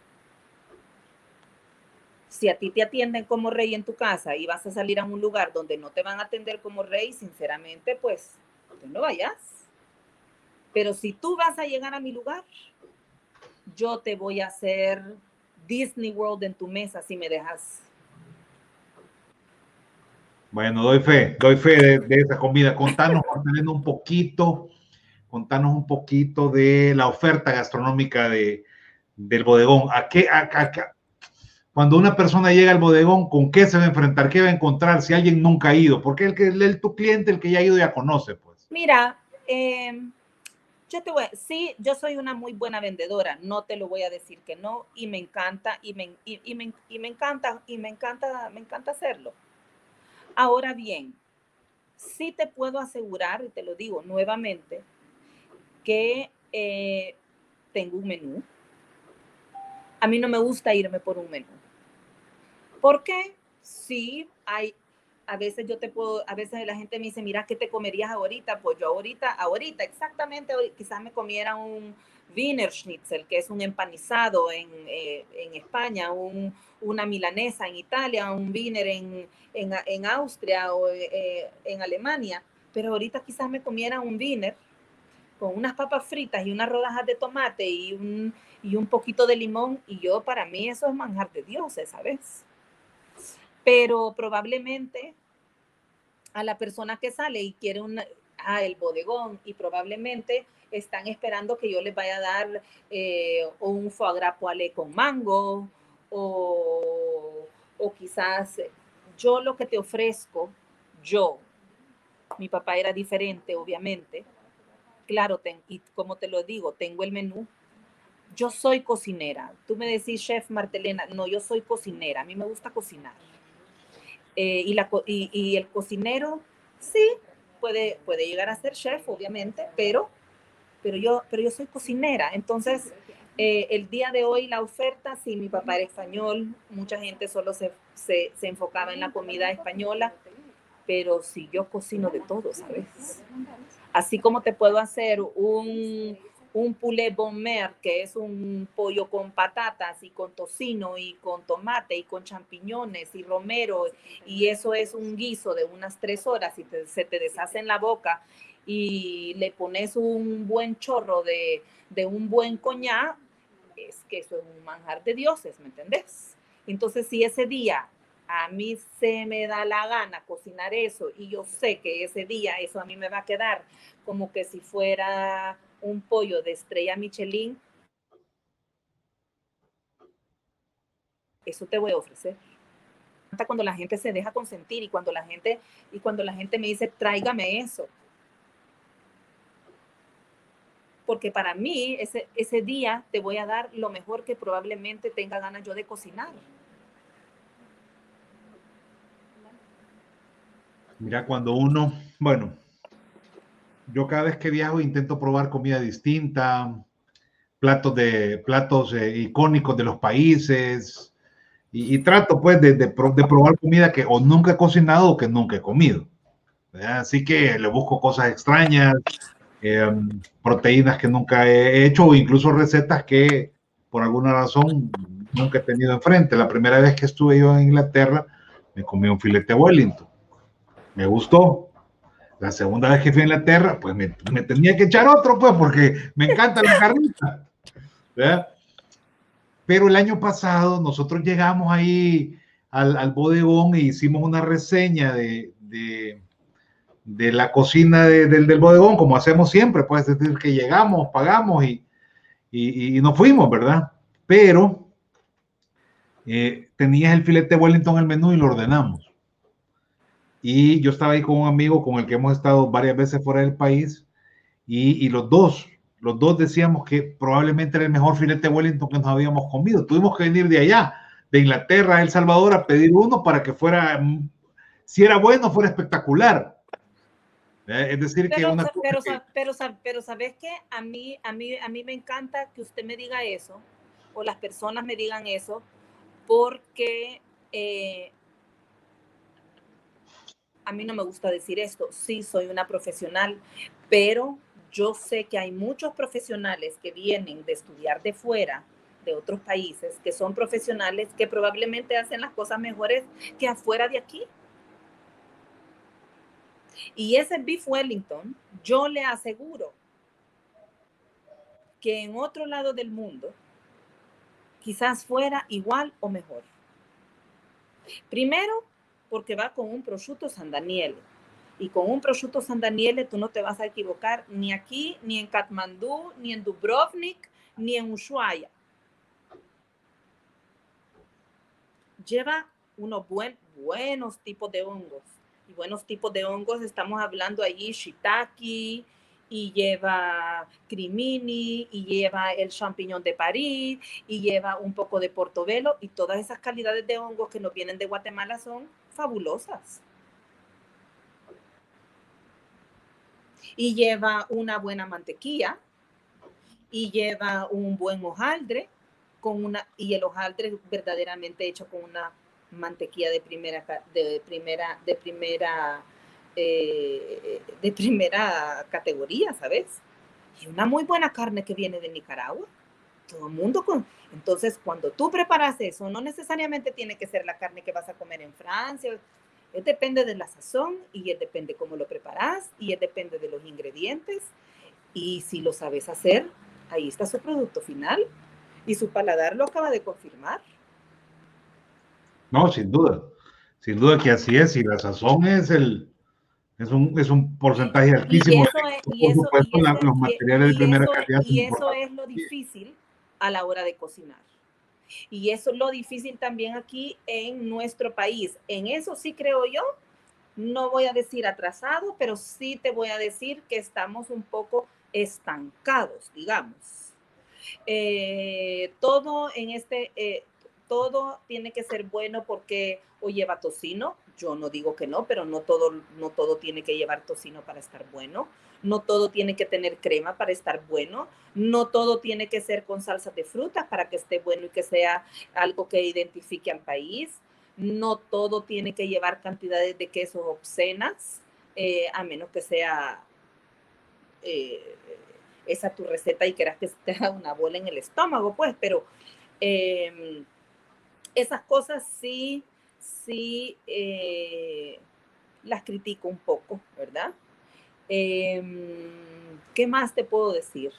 Si a ti te atienden como rey en tu casa y vas a salir a un lugar donde no te van a atender como rey, sinceramente, pues, pues no vayas. Pero si tú vas a llegar a mi lugar, yo te voy a hacer Disney World en tu mesa si me dejas. Bueno, doy fe, doy fe de, de esa comida. Contanos, Magdalena, un poquito, contanos un poquito de la oferta gastronómica de, del bodegón. ¿A qué, a, a, a, cuando una persona llega al bodegón, ¿con qué se va a enfrentar? ¿Qué va a encontrar si alguien nunca ha ido? Porque el que el, tu cliente, el que ya ha ido, ya conoce, pues. Mira, eh, yo te voy a, sí, yo soy una muy buena vendedora, no te lo voy a decir que no, y me encanta, y me, y, y me, y me encanta, y me encanta, me encanta hacerlo. Ahora bien, sí te puedo asegurar, y te lo digo nuevamente, que eh, tengo un menú. A mí no me gusta irme por un menú. ¿Por qué? Sí, hay, a veces yo te puedo, a veces la gente me dice, mira, ¿qué te comerías ahorita? Pues yo ahorita, ahorita, exactamente, quizás me comiera un Wiener Schnitzel, que es un empanizado en, eh, en España, un, una milanesa en Italia, un Wiener en, en, en Austria o eh, en Alemania, pero ahorita quizás me comiera un Wiener con unas papas fritas y unas rodajas de tomate y un, y un poquito de limón, y yo, para mí eso es manjar de dioses, ¿sabes? Pero probablemente a la persona que sale y quiere un, ah, el bodegón, y probablemente están esperando que yo les vaya a dar eh, un foie gras poêlé con mango, o, o quizás yo lo que te ofrezco, yo, mi papá era diferente, obviamente, claro, ten, y como te lo digo, tengo el menú. Yo soy cocinera. Tú me decís, chef Martelena, no, yo soy cocinera, a mí me gusta cocinar. Eh, y, la, y, y el cocinero, sí, puede, puede llegar a ser chef, obviamente, pero, pero, yo, pero yo soy cocinera. Entonces, eh, el día de hoy la oferta, sí, mi papá era español, mucha gente solo se, se, se enfocaba en la comida española, pero sí, yo cocino de todo, ¿sabes? Así como te puedo hacer un, un poulet bon mer, que es un pollo con patatas y con tocino y con tomate y con champiñones y romero, y eso es un guiso de unas tres horas y te, se te deshace en la boca, y le pones un buen chorro de, de un buen coñac, es que eso es un manjar de dioses, ¿me entendés? Entonces, si ese día a mí se me da la gana cocinar eso y yo sé que ese día eso a mí me va a quedar como que si fuera un pollo de estrella Michelin, eso te voy a ofrecer. Cuando la gente se deja consentir y cuando la gente, y cuando la gente me dice, tráigame eso. porque para mí ese, ese día te voy a dar lo mejor que probablemente tenga ganas yo de cocinar. Mira, cuando uno, bueno, yo cada vez que viajo intento probar comida distinta, platos, de, platos eh, icónicos de los países, y, y trato pues de, de, de probar comida que o nunca he cocinado o que nunca he comido. ¿Verdad? Así que le busco cosas extrañas, eh, proteínas que nunca he hecho o incluso recetas que por alguna razón nunca he tenido enfrente. La primera vez que estuve yo en Inglaterra me comí un filete Wellington, me gustó. La segunda vez que fui a Inglaterra, pues me, me tenía que echar otro, pues, porque me encanta la carnita, ¿verdad? Pero el año pasado nosotros llegamos ahí al, al bodegón e hicimos una reseña de, de, de la cocina de, del, del bodegón, como hacemos siempre, pues, es decir, que llegamos, pagamos y, y, y nos fuimos, ¿verdad? Pero eh, tenías el filete Wellington en el menú y lo ordenamos. Y yo estaba ahí con un amigo con el que hemos estado varias veces fuera del país y, y los dos, los dos decíamos que probablemente era el mejor filete Wellington que nos habíamos comido. Tuvimos que venir de allá, de Inglaterra a El Salvador, a pedir uno para que fuera, si era bueno, fuera espectacular. ¿Eh? Es decir, pero, que una pero, que... pero, pero, pero ¿sabes qué? A mí, a, mí, a mí me encanta que usted me diga eso, o las personas me digan eso, porque eh, a mí no me gusta decir esto. Sí, soy una profesional, pero yo sé que hay muchos profesionales que vienen de estudiar de fuera, de otros países, que son profesionales que probablemente hacen las cosas mejores que afuera de aquí. Y ese beef Wellington, yo le aseguro que en otro lado del mundo quizás fuera igual o mejor. Primero, porque va con un prosciutto San Daniele. Y con un prosciutto San Daniele tú no te vas a equivocar ni aquí, ni en Katmandú, ni en Dubrovnik, ni en Ushuaia. Lleva unos buen, buenos tipos de hongos. Y buenos tipos de hongos, estamos hablando allí shiitake, y lleva crimini, y lleva el champiñón de París, y lleva un poco de portobelo, y todas esas calidades de hongos que nos vienen de Guatemala son fabulosas. Y lleva una buena mantequilla, y lleva un buen hojaldre, con una, y el hojaldre verdaderamente hecho con una mantequilla de primera, de primera, de primera, eh, de primera categoría, ¿sabes? Y una muy buena carne que viene de Nicaragua. Todo el mundo con... Entonces, cuando tú preparas eso, no necesariamente tiene que ser la carne que vas a comer en Francia. Es depende de la sazón y es depende cómo lo preparas y es depende de los ingredientes. Y si lo sabes hacer, ahí está su producto final. Y su paladar lo acaba de confirmar. No, sin duda. Sin duda que así es. Y la sazón es el... Es un, es un porcentaje altísimo. Y eso es, y eso, por supuesto, y eso, los materiales y, de primera eso, calidad. y eso es lo difícil a la hora de cocinar. Y eso es lo difícil también aquí en nuestro país. En eso sí creo yo, no voy a decir atrasado, pero sí te voy a decir que estamos un poco estancados, digamos. Eh, todo en este, eh, todo tiene que ser bueno porque o lleva tocino. Yo no digo que no, pero no todo, no todo tiene que llevar tocino para estar bueno. No todo tiene que tener crema para estar bueno. No todo tiene que ser con salsa de frutas para que esté bueno y que sea algo que identifique al país. No todo tiene que llevar cantidades de quesos obscenas, eh, a menos que sea eh, esa tu receta y quieras que te haga una bola en el estómago, pues, pero eh, esas cosas sí, sí eh, las critico un poco, ¿verdad? Eh, ¿Qué más te puedo decir?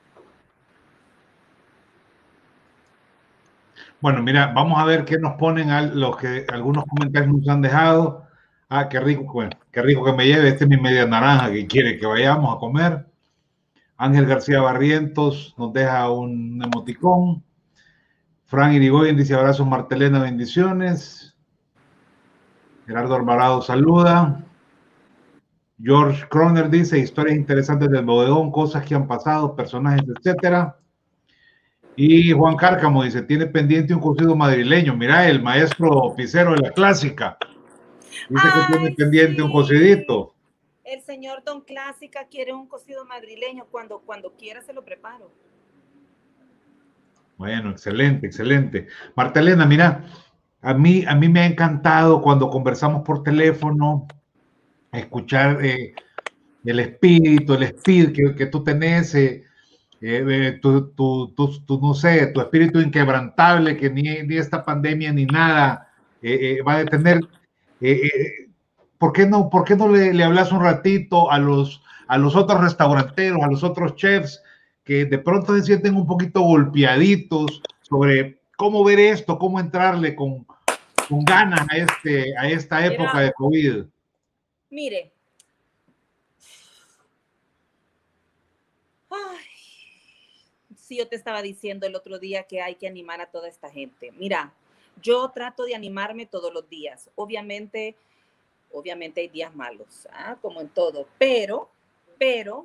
Bueno, mira, vamos a ver qué nos ponen a los que algunos comentarios nos han dejado. Ah, qué rico, bueno, qué rico que me lleve. Este es mi media naranja que quiere que vayamos a comer. Ángel García Barrientos nos deja un emoticón. Fran Irigoyen dice abrazos Martelena, bendiciones. Gerardo Alvarado saluda. George Croner dice, historias interesantes del bodegón, cosas que han pasado, personajes, etcétera. Y Juan Cárcamo dice, tiene pendiente un cocido madrileño. Mira, el maestro Picero de la clásica. Dice que tiene Ay, pendiente sí. un cocidito. El señor Don Clásica quiere un cocido madrileño. Cuando, cuando quiera se lo preparo. Bueno, excelente, excelente. Marta Elena, mira, a mí, a mí me ha encantado cuando conversamos por teléfono, escuchar eh, el espíritu, el espíritu que, que tú tenés, eh, eh, tu, tu, tu, tu, no sé, tu espíritu inquebrantable que ni, ni esta pandemia ni nada eh, eh, va a detener. Eh, eh, ¿por qué no, por qué no le, le hablas un ratito a los, a los otros restauranteros, a los otros chefs que de pronto se sienten un poquito golpeaditos sobre cómo ver esto, cómo entrarle con, con ganas a, este, a esta época Mira, de COVID? Mire, ay, sí, yo te estaba diciendo el otro día que hay que animar a toda esta gente. Mira, yo trato de animarme todos los días. Obviamente, obviamente hay días malos, ¿ah? Como en todo, pero, pero,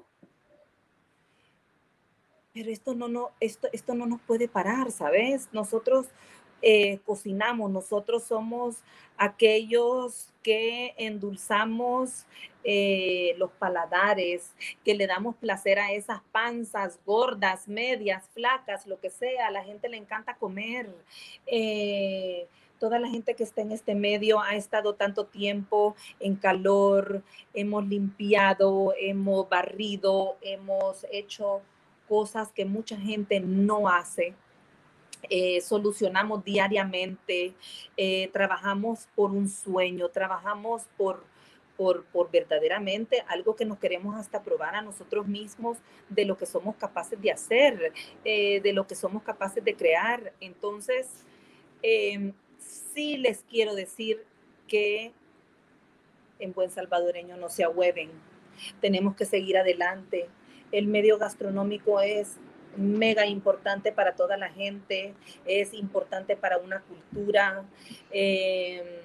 pero esto no, no, esto, esto no nos puede parar, ¿sabes? Nosotros eh, cocinamos, nosotros somos aquellos que endulzamos eh, los paladares, que le damos placer a esas panzas gordas, medias, flacas, lo que sea. A la gente le encanta comer. Eh, toda la gente que está en este medio ha estado tanto tiempo en calor, hemos limpiado, hemos barrido, hemos hecho cosas que mucha gente no hace. Eh, solucionamos diariamente, eh, trabajamos por un sueño, trabajamos por, por, por verdaderamente algo que nos queremos hasta probar a nosotros mismos de lo que somos capaces de hacer, eh, de lo que somos capaces de crear. Entonces, eh, sí les quiero decir que en buen salvadoreño no se ahueven, tenemos que seguir adelante. El medio gastronómico es mega importante para toda la gente, es importante para una cultura, eh,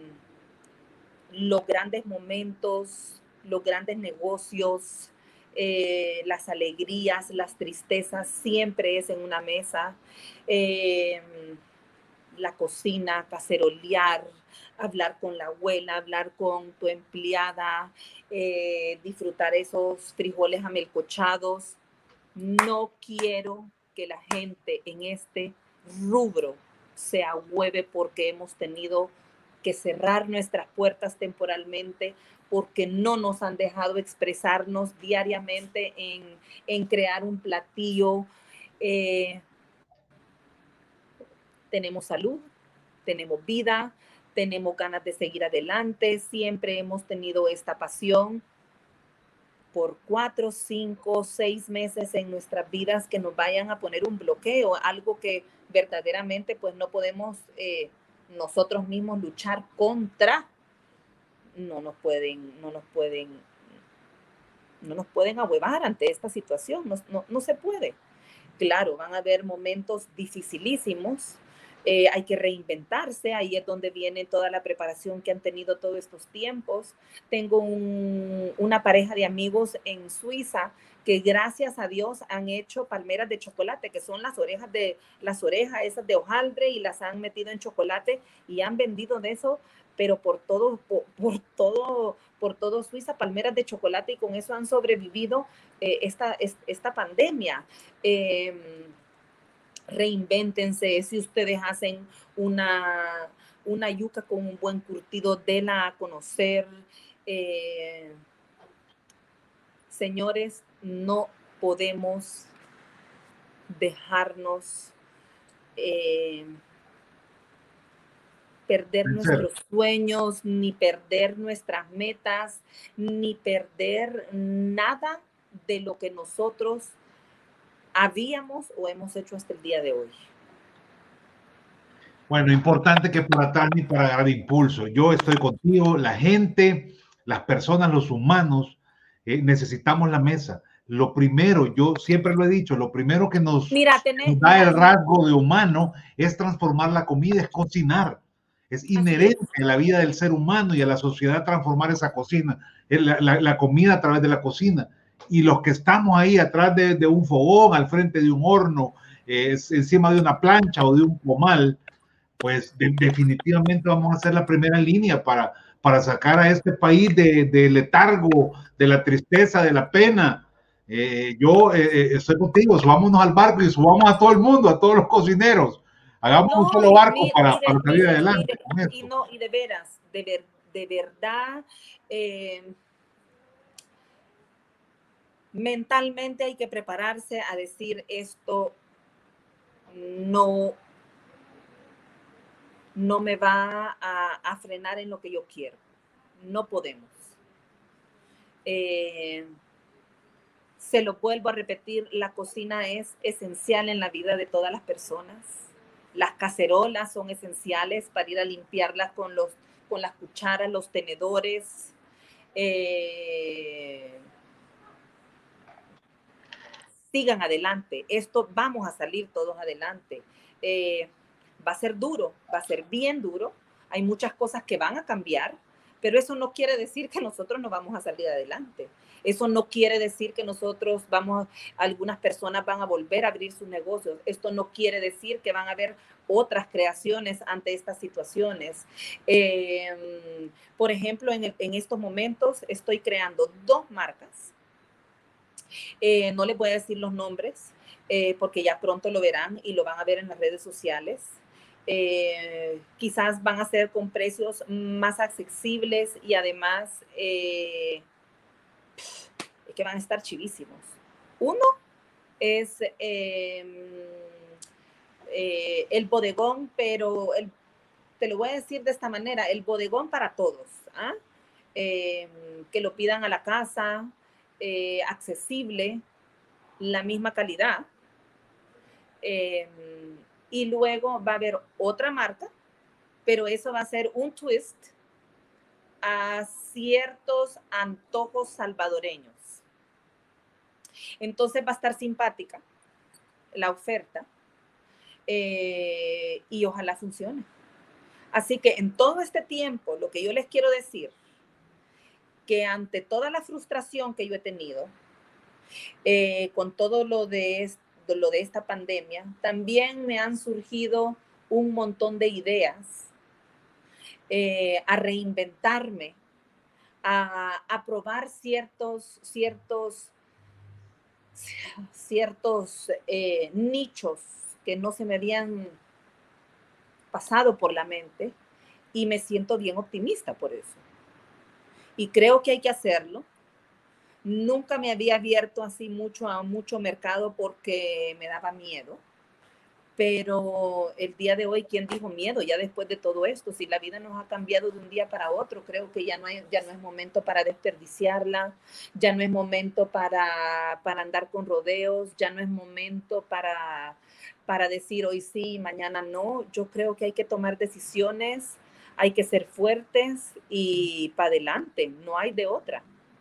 los grandes momentos, los grandes negocios, eh, las alegrías, las tristezas, siempre es en una mesa, eh, la cocina, cacerolear, hablar con la abuela, hablar con tu empleada, eh, disfrutar esos frijoles amelcochados. No quiero que la gente en este rubro se ahueve porque hemos tenido que cerrar nuestras puertas temporalmente, porque no nos han dejado expresarnos diariamente en, en crear un platillo. Eh, tenemos salud, tenemos vida, tenemos ganas de seguir adelante, siempre hemos tenido esta pasión. Por cuatro, cinco, seis meses en nuestras vidas que nos vayan a poner un bloqueo, algo que verdaderamente pues no podemos eh, nosotros mismos luchar contra, no nos pueden, no nos pueden, no nos pueden ahuevar ante esta situación, no, no, no se puede. Claro, van a haber momentos dificilísimos, eh, hay que reinventarse, ahí es donde viene toda la preparación que han tenido todos estos tiempos. Tengo un, una pareja de amigos en Suiza que gracias a Dios han hecho palmeras de chocolate, que son las orejas de las orejas esas de hojaldre, y las han metido en chocolate y han vendido de eso, pero por todo, por, por todo, por todo Suiza, palmeras de chocolate, y con eso han sobrevivido eh, esta, esta pandemia. Eh, reinvéntense, si ustedes hacen una, una yuca con un buen curtido, déla a conocer. Eh, señores, no podemos dejarnos eh, perder nuestros sueños, ni perder nuestras metas, ni perder nada de lo que nosotros habíamos o hemos hecho hasta el día de hoy. Bueno, importante que para Tani, para agarrar impulso. Yo estoy contigo, la gente, las personas, los humanos, eh, necesitamos la mesa. Lo primero, yo siempre lo he dicho, lo primero que nos, mira, tenés, nos da mira, el rasgo de humano es transformar la comida, es cocinar. Es inherente a la vida del ser humano y a la sociedad transformar esa cocina, la, la, la comida a través de la cocina. Y los que estamos ahí atrás de, de un fogón, al frente de un horno, eh, encima de una plancha o de un comal, pues de, definitivamente vamos a ser la primera línea para, para sacar a este país de, de letargo, de la tristeza, de la pena. Eh, yo eh, estoy contigo, subámonos al barco y subamos a todo el mundo, a todos los cocineros. Hagamos no, un solo y, barco mire, para, mire, para salir mire, adelante mire, con esto. Y, no, y de veras, de, ver, de verdad, eh, mentalmente hay que prepararse a decir esto no, no me va a, a frenar en lo que yo quiero. No podemos. Eh, se lo vuelvo a repetir, la cocina es esencial en la vida de todas las personas. Las cacerolas son esenciales para ir a limpiarlas con, los, con las cucharas, los tenedores. Eh, sigan adelante. Esto vamos a salir todos adelante. Eh, va a ser duro, va a ser bien duro. Hay muchas cosas que van a cambiar, pero eso no quiere decir que nosotros no vamos a salir adelante. Eso no quiere decir que nosotros vamos, algunas personas van a volver a abrir sus negocios. Esto no quiere decir que van a haber otras creaciones ante estas situaciones. Eh, por ejemplo, en, el, en estos momentos estoy creando dos marcas. Eh, no les voy a decir los nombres eh, porque ya pronto lo verán y lo van a ver en las redes sociales. Eh, quizás van a ser con precios más accesibles y además eh, que van a estar chivísimos. Uno es eh, eh, el bodegón, pero el, te lo voy a decir de esta manera, el bodegón para todos, ¿ah? eh, que lo pidan a la casa, eh, accesible, la misma calidad. Eh, y luego va a haber otra marca, pero eso va a ser un twist a ciertos antojos salvadoreños. Entonces va a estar simpática la oferta eh, y ojalá funcione. Así que en todo este tiempo, lo que yo les quiero decir, que ante toda la frustración que yo he tenido, eh, con todo lo de, esto, lo de esta pandemia, también me han surgido un montón de ideas eh, a reinventarme, a, a probar ciertos, ciertos, ciertos eh, nichos que no se me habían pasado por la mente y me siento bien optimista por eso. Y creo que hay que hacerlo. Nunca me había abierto así mucho a mucho mercado porque me daba miedo. Pero el día de hoy, ¿quién dijo miedo? Ya después de todo esto, si la vida nos ha cambiado de un día para otro, creo que ya no, hay, ya no es momento para desperdiciarla, ya no es momento para, para andar con rodeos, ya no es momento para, para decir hoy sí, mañana no. Yo creo que hay que tomar decisiones, hay que ser fuertes y para adelante, no hay de otra.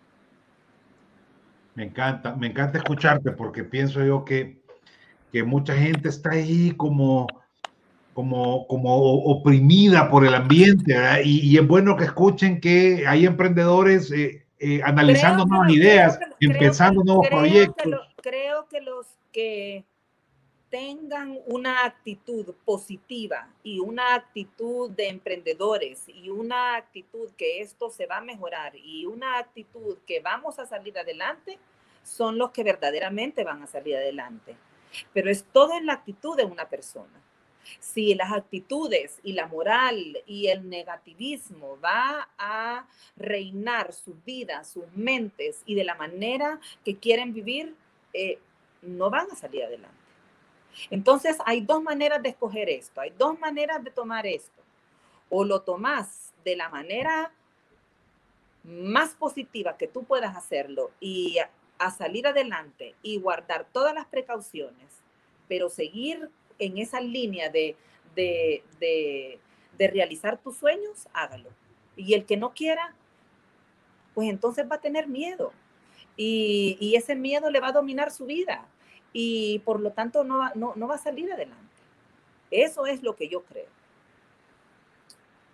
Me encanta, me encanta escucharte porque pienso yo que, que mucha gente está ahí como, como, como oprimida por el ambiente, ¿verdad? Y, y es bueno que escuchen que hay emprendedores eh, eh, analizando Creo nuevas que lo, ideas, creo que, empezando creo, nuevos creo que lo, proyectos. creo que los que tengan una actitud positiva y una actitud de emprendedores y una actitud que esto se va a mejorar y una actitud que vamos a salir adelante, son los que verdaderamente van a salir adelante. Pero es todo en la actitud de una persona. Si las actitudes y la moral y el negativismo va a reinar sus vidas, sus mentes y de la manera que quieren vivir, eh, no van a salir adelante. Entonces hay dos maneras de escoger esto, hay dos maneras de tomar esto. O lo tomas de la manera más positiva que tú puedas hacerlo y a, a salir adelante y guardar todas las precauciones, pero seguir en esa línea de, de, de, de realizar tus sueños, hágalo. Y el que no quiera, pues entonces va a tener miedo. Y, y ese miedo le va a dominar su vida. Y por lo tanto no va, no, no va a salir adelante. Eso es lo que yo creo.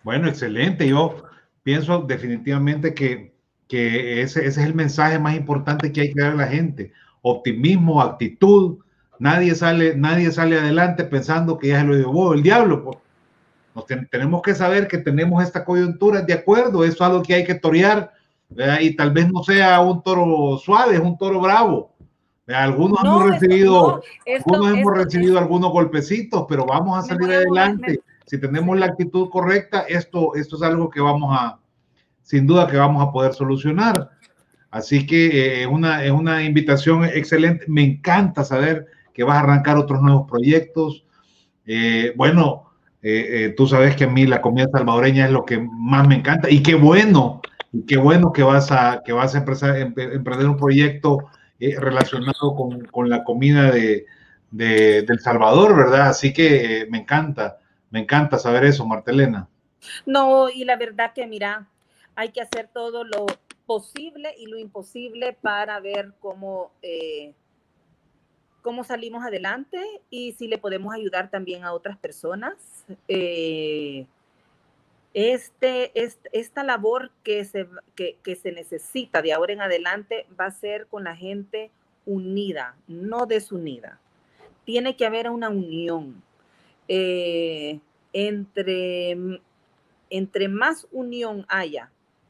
Bueno, excelente. Yo pienso definitivamente que, que ese, ese es el mensaje más importante que hay que dar a la gente. Optimismo, actitud. Nadie sale, nadie sale adelante pensando que ya se lo llevó el diablo. Pues. Nos ten, tenemos que saber que tenemos esta coyuntura, de acuerdo, eso es algo que hay que torear, ¿verdad? Y tal vez no sea un toro suave, es un toro bravo. ¿Verdad? Algunos No, hemos esto, recibido, no, esto, algunos hemos esto, recibido esto, algunos golpecitos, pero vamos a me salir voy a mover, adelante. me, Si tenemos sí. la actitud correcta, esto, esto es algo que vamos a, sin duda que vamos a poder solucionar. Así que eh, una, es una invitación excelente. Me encanta saber que vas a arrancar otros nuevos proyectos. Eh, bueno, eh, eh, tú sabes que a mí la comida salvadoreña es lo que más me encanta y qué bueno, y qué bueno que vas a, que vas a empezar, emprender un proyecto eh, relacionado con, con, la comida de, de, del Salvador, ¿verdad? Así que eh, me encanta, me encanta saber eso, Martelena. No, y la verdad que mira, hay que hacer todo lo posible y lo imposible para ver cómo, eh, cómo salimos adelante y si le podemos ayudar también a otras personas. Eh, este, este, esta labor que se, que, que se necesita de ahora en adelante va a ser con la gente unida, no desunida. Tiene que haber una unión. Eh, entre, entre más unión haya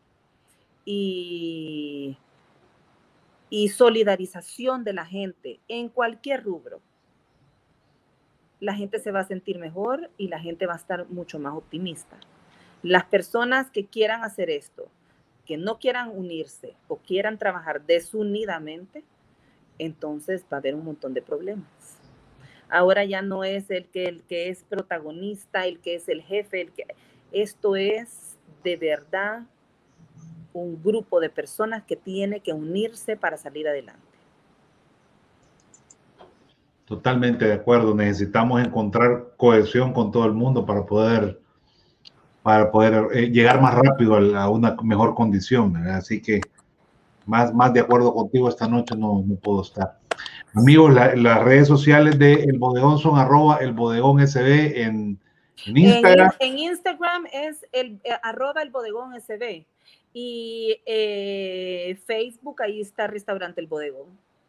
y, y solidarización de la gente en cualquier rubro, la gente se va a sentir mejor y la gente va a estar mucho más optimista. Las personas que quieran hacer esto, que no quieran unirse o quieran trabajar desunidamente, entonces va a haber un montón de problemas. Ahora ya no es el que, el que es protagonista, el que es el jefe, el que, esto es de verdad un grupo de personas que tiene que unirse para salir adelante. Totalmente de acuerdo. Necesitamos encontrar cohesión con todo el mundo para poder, para poder eh, llegar más rápido a, a una mejor condición, ¿verdad? Así que más, más de acuerdo contigo esta noche no, no puedo estar. Amigos, la, las redes sociales de El Bodegón son arroba El Bodegón S B en, en Instagram. En, en Instagram es el, eh, arroba El Bodegón S B y eh, Facebook, ahí está Restaurante El Bodegón.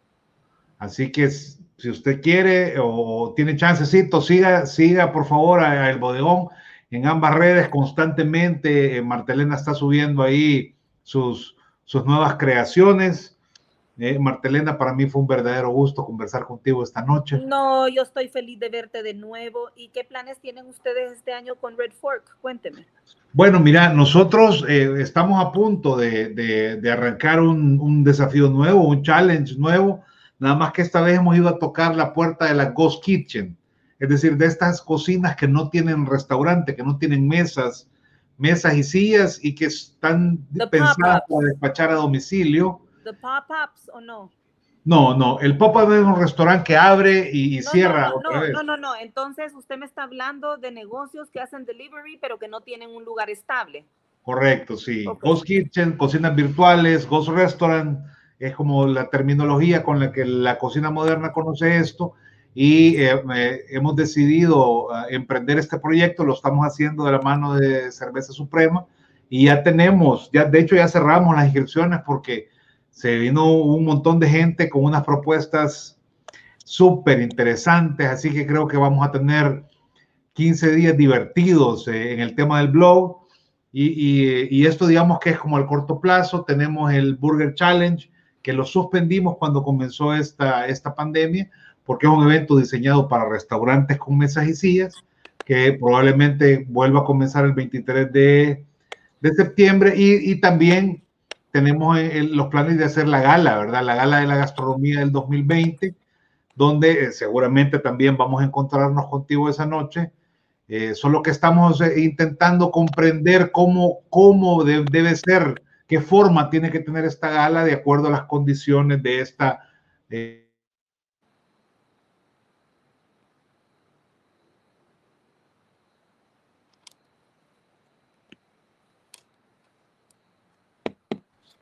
Así que si usted quiere o tiene chancecito, siga, siga por favor a, a El Bodegón en ambas redes constantemente. Eh, Martelena está subiendo ahí sus, sus nuevas creaciones. Eh, Martelena, para mí fue un verdadero gusto conversar contigo esta noche. No, yo estoy feliz de verte de nuevo. ¿Y qué planes tienen ustedes este año con Red Fork? Cuénteme. Bueno, mira, nosotros eh, estamos a punto de, de, de arrancar un, un desafío nuevo, un challenge nuevo, nada más que esta vez hemos ido a tocar la puerta de la Ghost Kitchen, es decir, de estas cocinas que no tienen restaurante, que no tienen mesas, mesas y sillas y que están The pensadas para despachar a domicilio. The pop-ups o no? No, no, el pop-up es un restaurante que abre y, y no, cierra no, no, otra no, vez. No, no, no, entonces usted me está hablando de negocios que hacen delivery, pero que no tienen un lugar estable. Correcto, sí. Okay. Ghost Kitchen, cocinas virtuales, Ghost Restaurant, es como la terminología con la que la cocina moderna conoce esto. Y eh, eh, hemos decidido uh, emprender este proyecto, lo estamos haciendo de la mano de Cerveza Suprema y ya tenemos, ya de hecho ya cerramos las inscripciones porque se vino un montón de gente con unas propuestas súper interesantes, así que creo que vamos a tener quince días divertidos eh, en el tema del blog. Y, y, y esto digamos que es como al corto plazo. Tenemos el Burger Challenge, que lo suspendimos cuando comenzó esta, esta pandemia, porque es un evento diseñado para restaurantes con mesas y sillas, que probablemente vuelva a comenzar el veintitrés de, de septiembre. Y, y también tenemos el, los planes de hacer la gala, ¿verdad? La gala de la gastronomía del dos mil veinte, donde eh, seguramente también vamos a encontrarnos contigo esa noche. Eh, solo que estamos eh, intentando comprender cómo, cómo de, debe ser, qué forma tiene que tener esta gala de acuerdo a las condiciones de esta. Eh,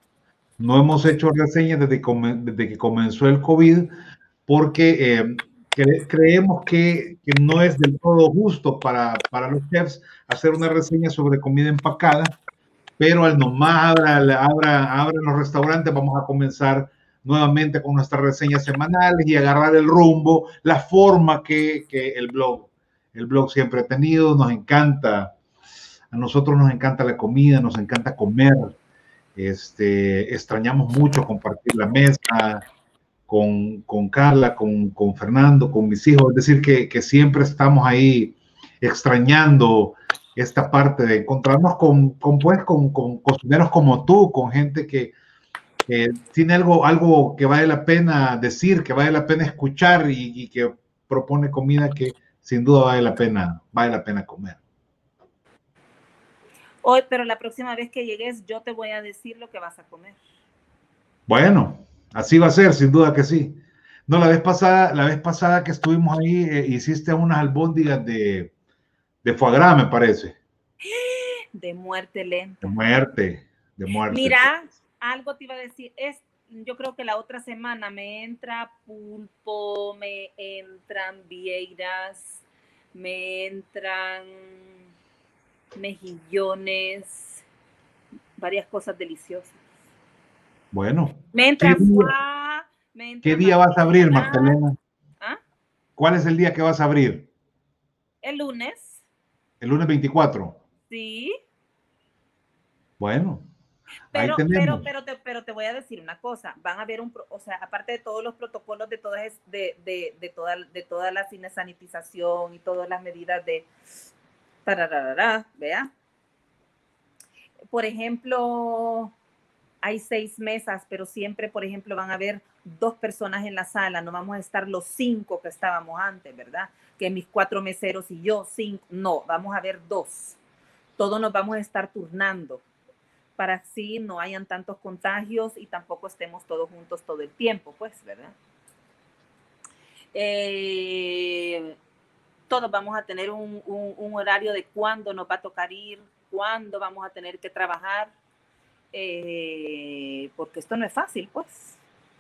no hemos hecho reseñas desde, desde que comenzó el COVID, porque eh, cre creemos que, que no es del todo justo para, para los chefs hacer una reseña sobre comida empacada, pero al nomás abra, abra, abran los restaurantes, vamos a comenzar nuevamente con nuestras reseñas semanales y agarrar el rumbo, la forma que, que el blog, el blog siempre ha tenido. Nos encanta, a nosotros nos encanta la comida, nos encanta comer, este, extrañamos mucho compartir la mesa con, con Carla, con, con Fernando, con mis hijos, es decir, que, que siempre estamos ahí extrañando esta parte de encontrarnos con, con, pues, con, con cocineros como tú, con gente que, que tiene algo, algo que vale la pena decir, que vale la pena escuchar y, y que propone comida que sin duda vale la pena, vale la pena comer. Hoy, pero la próxima vez que llegues, yo te voy a decir lo que vas a comer. Bueno, así va a ser, sin duda que sí. No, la vez pasada, la vez pasada que estuvimos ahí, eh, hiciste unas albóndigas de, de foie gras, me parece. De muerte lenta. De muerte, de muerte. Mira, algo te iba a decir, es, yo creo que la otra semana me entra pulpo, me entran vieiras, me entran mejillones, varias cosas deliciosas. Bueno. Me entra foie, me entra ¿Qué día vas a abrir, Martelena? ¿Ah? ¿Cuál es el día que vas a abrir? El lunes. ¿El lunes veinticuatro? Sí. Bueno. Pero, pero, pero, te, pero te voy a decir una cosa, van a haber un, o sea, aparte de todos los protocolos de todas, de, de, de toda, de toda la sanitización y todas las medidas de, tararara, vea. Por ejemplo, hay seis mesas, pero siempre, por ejemplo, van a haber dos personas en la sala, no vamos a estar los cinco que estábamos antes, ¿verdad? Que mis cuatro meseros y yo, cinco, no, vamos a ver dos. Todos nos vamos a estar turnando, para así no hayan tantos contagios y tampoco estemos todos juntos todo el tiempo, pues, ¿verdad? Eh, todos vamos a tener un, un, un horario de cuándo nos va a tocar ir, cuándo vamos a tener que trabajar, eh, porque esto no es fácil, pues.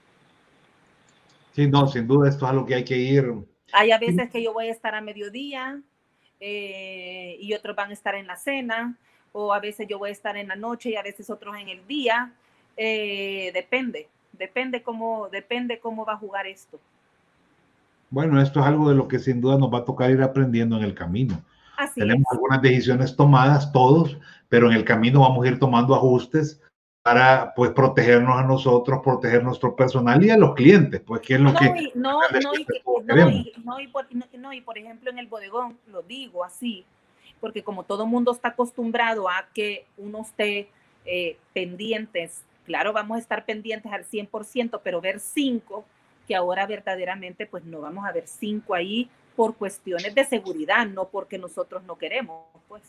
Sí, no, sin duda esto es algo que hay que ir. Hay a veces que yo voy a estar a mediodía eh, y otros van a estar en la cena, o a veces yo voy a estar en la noche y a veces otros en el día. Eh, depende, depende cómo, depende cómo va a jugar esto. Bueno, esto es algo de lo que sin duda nos va a tocar ir aprendiendo en el camino. Así Tenemos es. algunas decisiones tomadas todos, pero en el camino vamos a ir tomando ajustes para, pues, protegernos a nosotros, proteger nuestro personal y a los clientes, pues, que es lo no, que y, no, no, y, no, y, no, y por, no, no, y por ejemplo en el bodegón, lo digo así, porque como todo mundo está acostumbrado a que uno esté eh, pendientes, claro, vamos a estar pendientes al cien por ciento, pero ver cinco, que ahora verdaderamente pues no vamos a ver cinco ahí por cuestiones de seguridad, no porque nosotros no queremos, pues.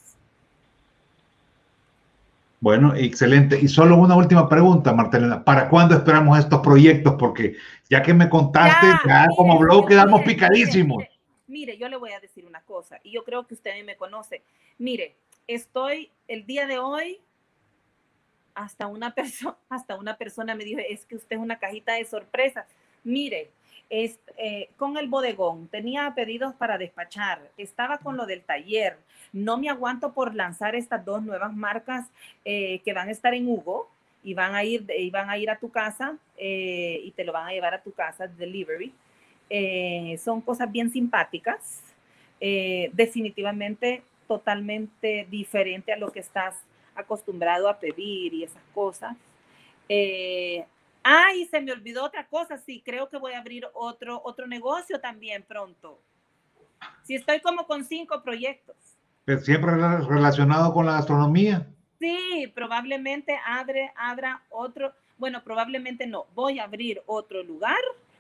Bueno, excelente. Y solo una última pregunta, Martelena. ¿Para cuándo esperamos estos proyectos? Porque ya que me contaste, ya, ya mire, como blog quedamos mire, picadísimos. Mire, mire, mire, yo le voy a decir una cosa, y yo creo que usted me conoce. Mire, estoy el día de hoy, hasta una, perso hasta una persona me dijo, es que usted es una cajita de sorpresas. Mire, es, eh, con el bodegón, tenía pedidos para despachar, estaba con lo del taller, no me aguanto por lanzar estas dos nuevas marcas eh, que van a estar en Hugo y van a ir, y van a, ir a tu casa eh, y te lo van a llevar a tu casa, delivery. Eh, son cosas bien simpáticas, eh, definitivamente totalmente diferente a lo que estás acostumbrado a pedir y esas cosas. Eh, Ay, se me olvidó otra cosa. Sí, creo que voy a abrir otro, otro negocio también pronto. Sí, estoy como con cinco proyectos. ¿Pero siempre relacionado con la gastronomía? Sí, probablemente abre, abra otro. Bueno, probablemente no. Voy a abrir otro lugar,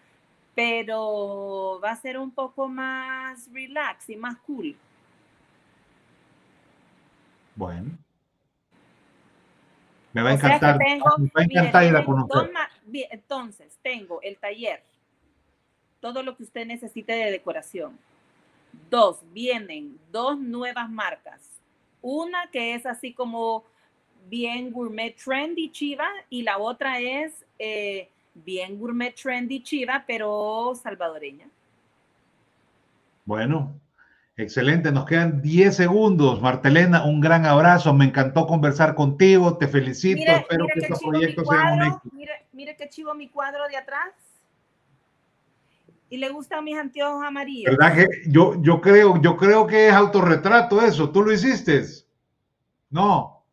pero va a ser un poco más relax y más cool. Bueno. Me va a encantar. O sea tengo, me va a encantar ir a conocer. Bien, entonces, tengo el taller, todo lo que usted necesite de decoración. Dos, vienen dos nuevas marcas. Una que es así como bien gourmet trendy chiva y la otra es eh, bien gourmet trendy chiva, pero salvadoreña. Bueno, excelente. Nos quedan diez segundos. Martelena, un gran abrazo. Me encantó conversar contigo. Te felicito. Mire, Espero mire que qué estos chivo mi proyectos sean un cuadro. éxito. Mire, mire qué chivo mi cuadro de atrás. Y le gustan mis anteojos amarillos. ¿Verdad que yo, yo creo, yo creo que es autorretrato eso? ¿Tú lo hiciste? No.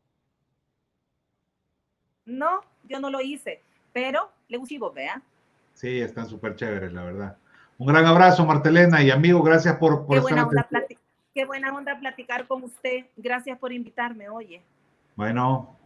No, yo no lo hice, pero le gustó, vea. Sí, están súper chéveres, la verdad. Un gran abrazo, Martelena, y amigo, gracias por, por qué estar buena onda atención. Qué buena onda platicar con usted. Gracias por invitarme, oye. Bueno.